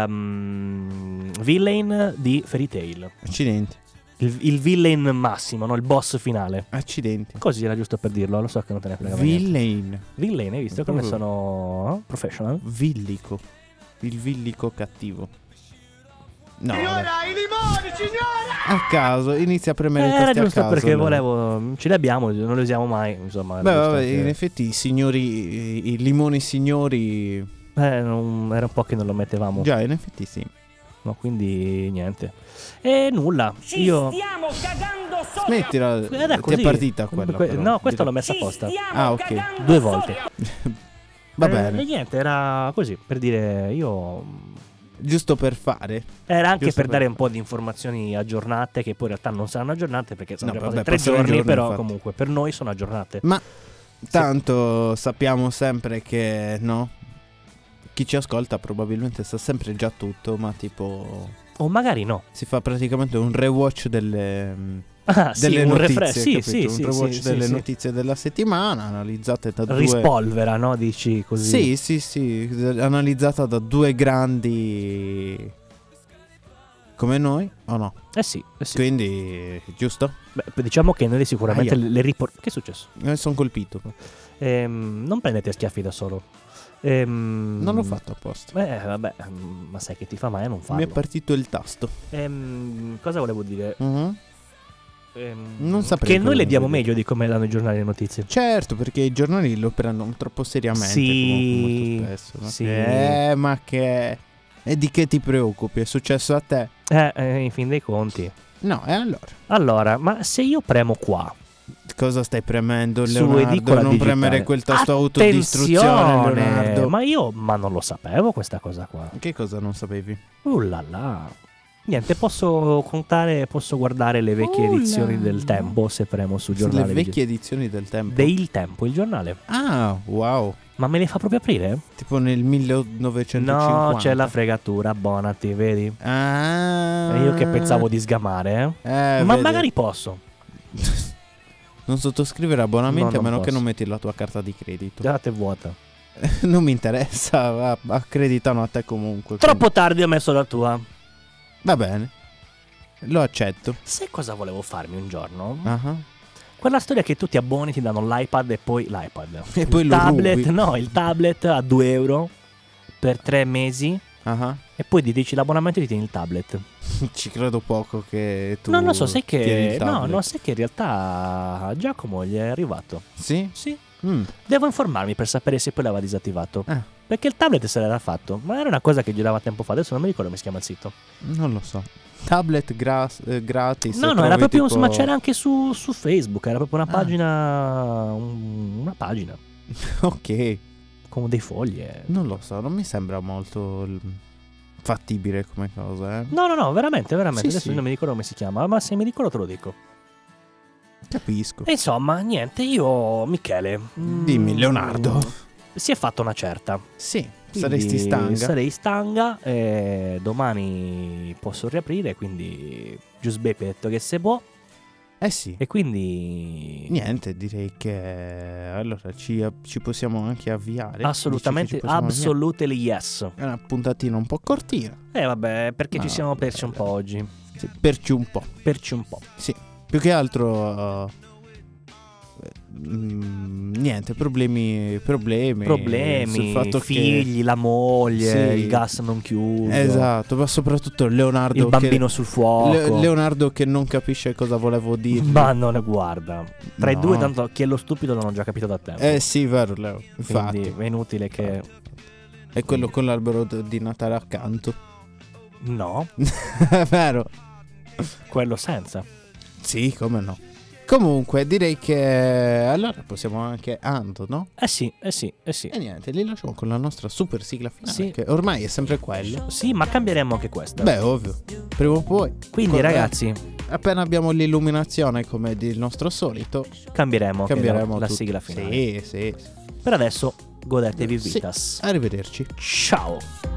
[SPEAKER 2] villain di Fairy Tail.
[SPEAKER 1] Accidenti.
[SPEAKER 2] Il villain massimo, no? Il boss finale.
[SPEAKER 1] Accidenti.
[SPEAKER 2] Così era giusto per dirlo, lo so che non te ne frega
[SPEAKER 1] Villain.
[SPEAKER 2] Villain, hai visto come sono professional?
[SPEAKER 1] Villico. Il villico cattivo. No,
[SPEAKER 3] Signora, i limoni, signora!
[SPEAKER 1] a caso, inizia a premere i tasti
[SPEAKER 2] Era giusto
[SPEAKER 1] a caso,
[SPEAKER 2] perché
[SPEAKER 1] allora.
[SPEAKER 2] ce li abbiamo, non li usiamo mai, insomma.
[SPEAKER 1] Beh, vabbè, in effetti i limoni signori...
[SPEAKER 2] era un po' che non lo mettevamo.
[SPEAKER 1] Già, in effetti sì.
[SPEAKER 2] No, quindi niente. E nulla. Io
[SPEAKER 6] Stiamo cagando sopra.
[SPEAKER 1] Smettila,
[SPEAKER 2] Era
[SPEAKER 1] ti
[SPEAKER 2] così.
[SPEAKER 1] è partita quella però.
[SPEAKER 2] No, questa l'ho messa apposta.
[SPEAKER 1] Ah, ok.
[SPEAKER 2] 2 volte.
[SPEAKER 1] Va
[SPEAKER 2] E
[SPEAKER 1] bene.
[SPEAKER 2] niente, era così, per dire io...
[SPEAKER 1] Giusto per fare.
[SPEAKER 2] Era anche
[SPEAKER 1] Giusto
[SPEAKER 2] per dare un po' di informazioni aggiornate, che poi in realtà non saranno aggiornate perché sono
[SPEAKER 1] No,
[SPEAKER 2] già
[SPEAKER 1] vabbè,
[SPEAKER 2] passati 3
[SPEAKER 1] passano i
[SPEAKER 2] giorni,
[SPEAKER 1] giorni,
[SPEAKER 2] però
[SPEAKER 1] infatti.
[SPEAKER 2] comunque per noi sono aggiornate.
[SPEAKER 1] Ma tanto sappiamo sempre che, no? Chi ci ascolta probabilmente sa sempre già tutto, ma tipo...
[SPEAKER 2] O magari no.
[SPEAKER 1] Si fa praticamente un rewatch delle
[SPEAKER 2] Sì, un
[SPEAKER 1] notizie,
[SPEAKER 2] refresh. Sì,
[SPEAKER 1] capito?
[SPEAKER 2] sì,
[SPEAKER 1] un
[SPEAKER 2] sì,
[SPEAKER 1] rewatch
[SPEAKER 2] sì,
[SPEAKER 1] delle
[SPEAKER 2] sì.
[SPEAKER 1] notizie della settimana, analizzate da due...
[SPEAKER 2] Rispolvera, no? Dici così.
[SPEAKER 1] Sì, analizzata da due grandi come noi, o no?
[SPEAKER 2] Eh sì.
[SPEAKER 1] Quindi, giusto?
[SPEAKER 2] Beh, diciamo che noi sicuramente
[SPEAKER 1] Aia.
[SPEAKER 2] le Che è successo?
[SPEAKER 1] Sono colpito.
[SPEAKER 2] Non prendete schiaffi da solo.
[SPEAKER 1] Non l'ho fatto apposta.
[SPEAKER 2] Vabbè, ma sai che ti fa male non farlo.
[SPEAKER 1] Mi è partito il tasto.
[SPEAKER 2] Cosa volevo dire?
[SPEAKER 1] Non saprei
[SPEAKER 2] che noi
[SPEAKER 1] cosa
[SPEAKER 2] le diamo
[SPEAKER 1] dire.
[SPEAKER 2] meglio di come danno i giornali le notizie.
[SPEAKER 1] Certo, perché i giornali lo prendono troppo seriamente.
[SPEAKER 2] Sì,
[SPEAKER 1] molto spesso, no?
[SPEAKER 2] sì.
[SPEAKER 1] Ma che... E di che ti preoccupi? È successo a te?
[SPEAKER 2] In fin dei conti.
[SPEAKER 1] No, e allora?
[SPEAKER 2] Allora, ma se io premo qua
[SPEAKER 1] Cosa stai premendo,
[SPEAKER 2] su
[SPEAKER 1] Leonardo?
[SPEAKER 2] edicola
[SPEAKER 1] Non
[SPEAKER 2] digitale.
[SPEAKER 1] premere quel tasto autodistruzione, Leonardo.
[SPEAKER 2] Ma non lo sapevo questa cosa qua.
[SPEAKER 1] Che cosa non sapevi?
[SPEAKER 2] Là là. Niente, posso guardare le vecchie edizioni del Tempo se premo su giornale.
[SPEAKER 1] Le vecchie edizioni del Tempo.
[SPEAKER 2] Del Tempo, il giornale.
[SPEAKER 1] Ah, wow.
[SPEAKER 2] Ma me le fa proprio aprire?
[SPEAKER 1] Tipo nel 1950.
[SPEAKER 2] No, c'è la fregatura, abbonati, vedi?
[SPEAKER 1] Ah.
[SPEAKER 2] E io che pensavo di sgamare, ma
[SPEAKER 1] vedi.
[SPEAKER 2] magari posso.
[SPEAKER 1] Non sottoscrivere abbonamenti
[SPEAKER 2] No,
[SPEAKER 1] a meno
[SPEAKER 2] non
[SPEAKER 1] che non
[SPEAKER 2] posso.
[SPEAKER 1] metti la tua carta di credito.
[SPEAKER 2] Già te vuota.
[SPEAKER 1] Non mi interessa, accreditano a te comunque.
[SPEAKER 2] Troppo tardi ho messo la tua.
[SPEAKER 1] Va bene. Lo accetto.
[SPEAKER 2] Sai cosa volevo farmi un giorno?
[SPEAKER 1] Ah.
[SPEAKER 2] Quella storia che tu ti abboni, ti danno l'iPad e poi l'iPad.
[SPEAKER 1] E poi
[SPEAKER 2] il
[SPEAKER 1] lo
[SPEAKER 2] tablet,
[SPEAKER 1] rubi.
[SPEAKER 2] no, il tablet a 2 euro per 3 mesi.
[SPEAKER 1] Ah.
[SPEAKER 2] E poi ti dici l'abbonamento e ti tieni il tablet.
[SPEAKER 1] Ci credo poco che tu.
[SPEAKER 2] Non lo so, sai
[SPEAKER 1] tieni
[SPEAKER 2] che.
[SPEAKER 1] il tablet.
[SPEAKER 2] No, sai che in realtà a Giacomo gli è arrivato.
[SPEAKER 1] Sì?
[SPEAKER 2] Sì.
[SPEAKER 1] Mm.
[SPEAKER 2] Devo informarmi per sapere se poi l'aveva disattivato.
[SPEAKER 1] Ah.
[SPEAKER 2] Perché il tablet se l'era fatto. Ma era una cosa che girava tempo fa. Adesso non mi ricordo come si chiama il sito.
[SPEAKER 1] Non lo so. Tablet gratis.
[SPEAKER 2] No,
[SPEAKER 1] trovi
[SPEAKER 2] era proprio.
[SPEAKER 1] tipo...
[SPEAKER 2] Ma c'era anche su Facebook. Era proprio una
[SPEAKER 1] Ah.
[SPEAKER 2] pagina. Una pagina.
[SPEAKER 1] Ok.
[SPEAKER 2] Con dei fogli.
[SPEAKER 1] Non lo so, non mi sembra molto fattibile come cosa, eh.
[SPEAKER 2] No, veramente.
[SPEAKER 1] Sì,
[SPEAKER 2] Adesso
[SPEAKER 1] sì.
[SPEAKER 2] non mi ricordo come si chiama. Ma se mi ricordo te lo dico.
[SPEAKER 1] Capisco.
[SPEAKER 2] E insomma, niente. Io, Michele.
[SPEAKER 1] Dimmi, Leonardo.
[SPEAKER 2] Si è fatta una certa.
[SPEAKER 1] Sì,
[SPEAKER 2] Quindi
[SPEAKER 1] saresti stanga.
[SPEAKER 2] Sarei stanga. Domani posso riaprire. Quindi Giuseppe ha detto che se può.
[SPEAKER 1] Sì.
[SPEAKER 2] E quindi
[SPEAKER 1] Niente, direi che allora ci possiamo anche avviare.
[SPEAKER 2] assolutamente,
[SPEAKER 1] Dici che ci possiamo
[SPEAKER 2] absolutely yes.
[SPEAKER 1] avviare? È una puntatina un po' cortina.
[SPEAKER 2] Vabbè, perché ci
[SPEAKER 1] No,
[SPEAKER 2] siamo persi un
[SPEAKER 1] beh,
[SPEAKER 2] po' oggi.
[SPEAKER 1] Sì, perci un po'.
[SPEAKER 2] Perci un po'.
[SPEAKER 1] Sì. Più che altro niente, problemi sul fatto
[SPEAKER 2] figli, la moglie,
[SPEAKER 1] Sì.
[SPEAKER 2] il gas non chiuso.
[SPEAKER 1] Esatto, ma soprattutto Leonardo
[SPEAKER 2] Il bambino sul fuoco.
[SPEAKER 1] Leonardo che non capisce cosa volevo dire.
[SPEAKER 2] Ma non guarda. Tra i
[SPEAKER 1] No.
[SPEAKER 2] due, tanto chi è lo stupido l'hanno già capito da tempo.
[SPEAKER 1] Sì, vero Leo. Infatti
[SPEAKER 2] Quindi è inutile che.
[SPEAKER 1] è quello con l'albero di Natale accanto.
[SPEAKER 2] No,
[SPEAKER 1] Vero?
[SPEAKER 2] quello senza.
[SPEAKER 1] Sì, come no. Comunque direi che allora possiamo anche no?
[SPEAKER 2] Sì.
[SPEAKER 1] E niente, li lasciamo con la nostra super sigla finale,
[SPEAKER 2] Sì.
[SPEAKER 1] che ormai è sempre quella.
[SPEAKER 2] Sì, ma cambieremo anche questa.
[SPEAKER 1] Beh, ovvio, prima o poi.
[SPEAKER 2] Quindi ragazzi,
[SPEAKER 1] Appena abbiamo l'illuminazione come il nostro solito,
[SPEAKER 2] cambieremo
[SPEAKER 1] cambieremo
[SPEAKER 2] la
[SPEAKER 1] tutto.
[SPEAKER 2] sigla finale.
[SPEAKER 1] Sì.
[SPEAKER 2] Per adesso godetevi Vitas.
[SPEAKER 1] Sì, arrivederci.
[SPEAKER 2] Ciao.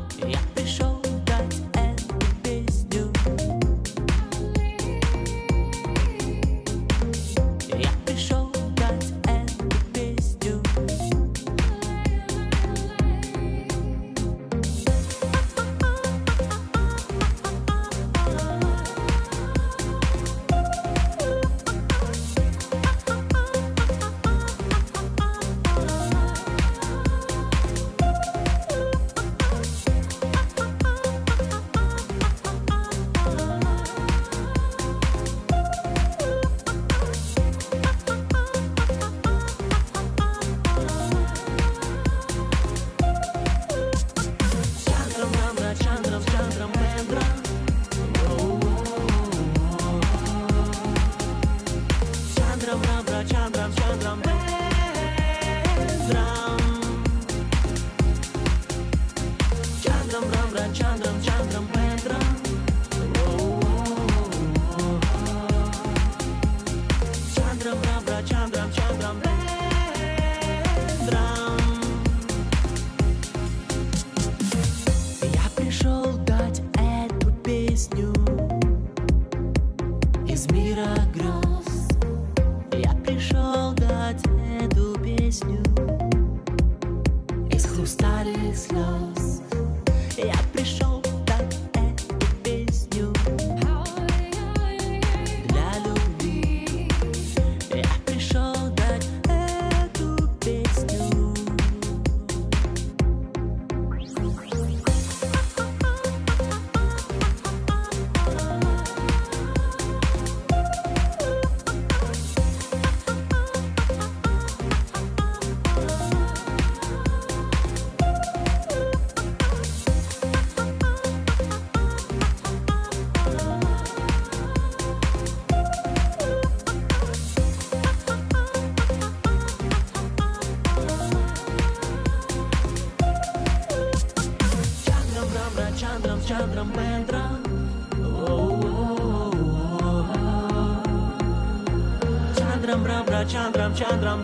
[SPEAKER 3] Chandram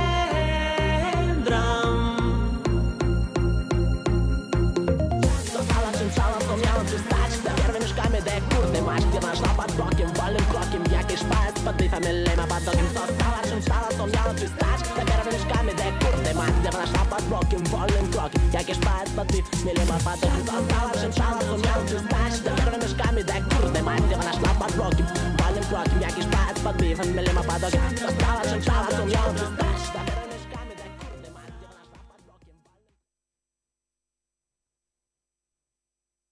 [SPEAKER 3] Pendram. Сосала, чимчала, вспомняла пристать. За первыми шками, да и куртный матч, где нашла под боком, вольным кроком. Я кишпает под фамилиями под ногим. Сосала, чимчала, вспомняла пристать. За первыми шками, да и куртный матч, где нашла под боком, вольным кроком. Я кишпает под фамилиями под ногим. Сосала, чимчала, вспомняла пристать. За первыми шками, да и куртный матч, где нашла под боком, вольным кроком. Я кишпает под фамилиями под ногим. Сосала, чимчала, вспомняла пристать.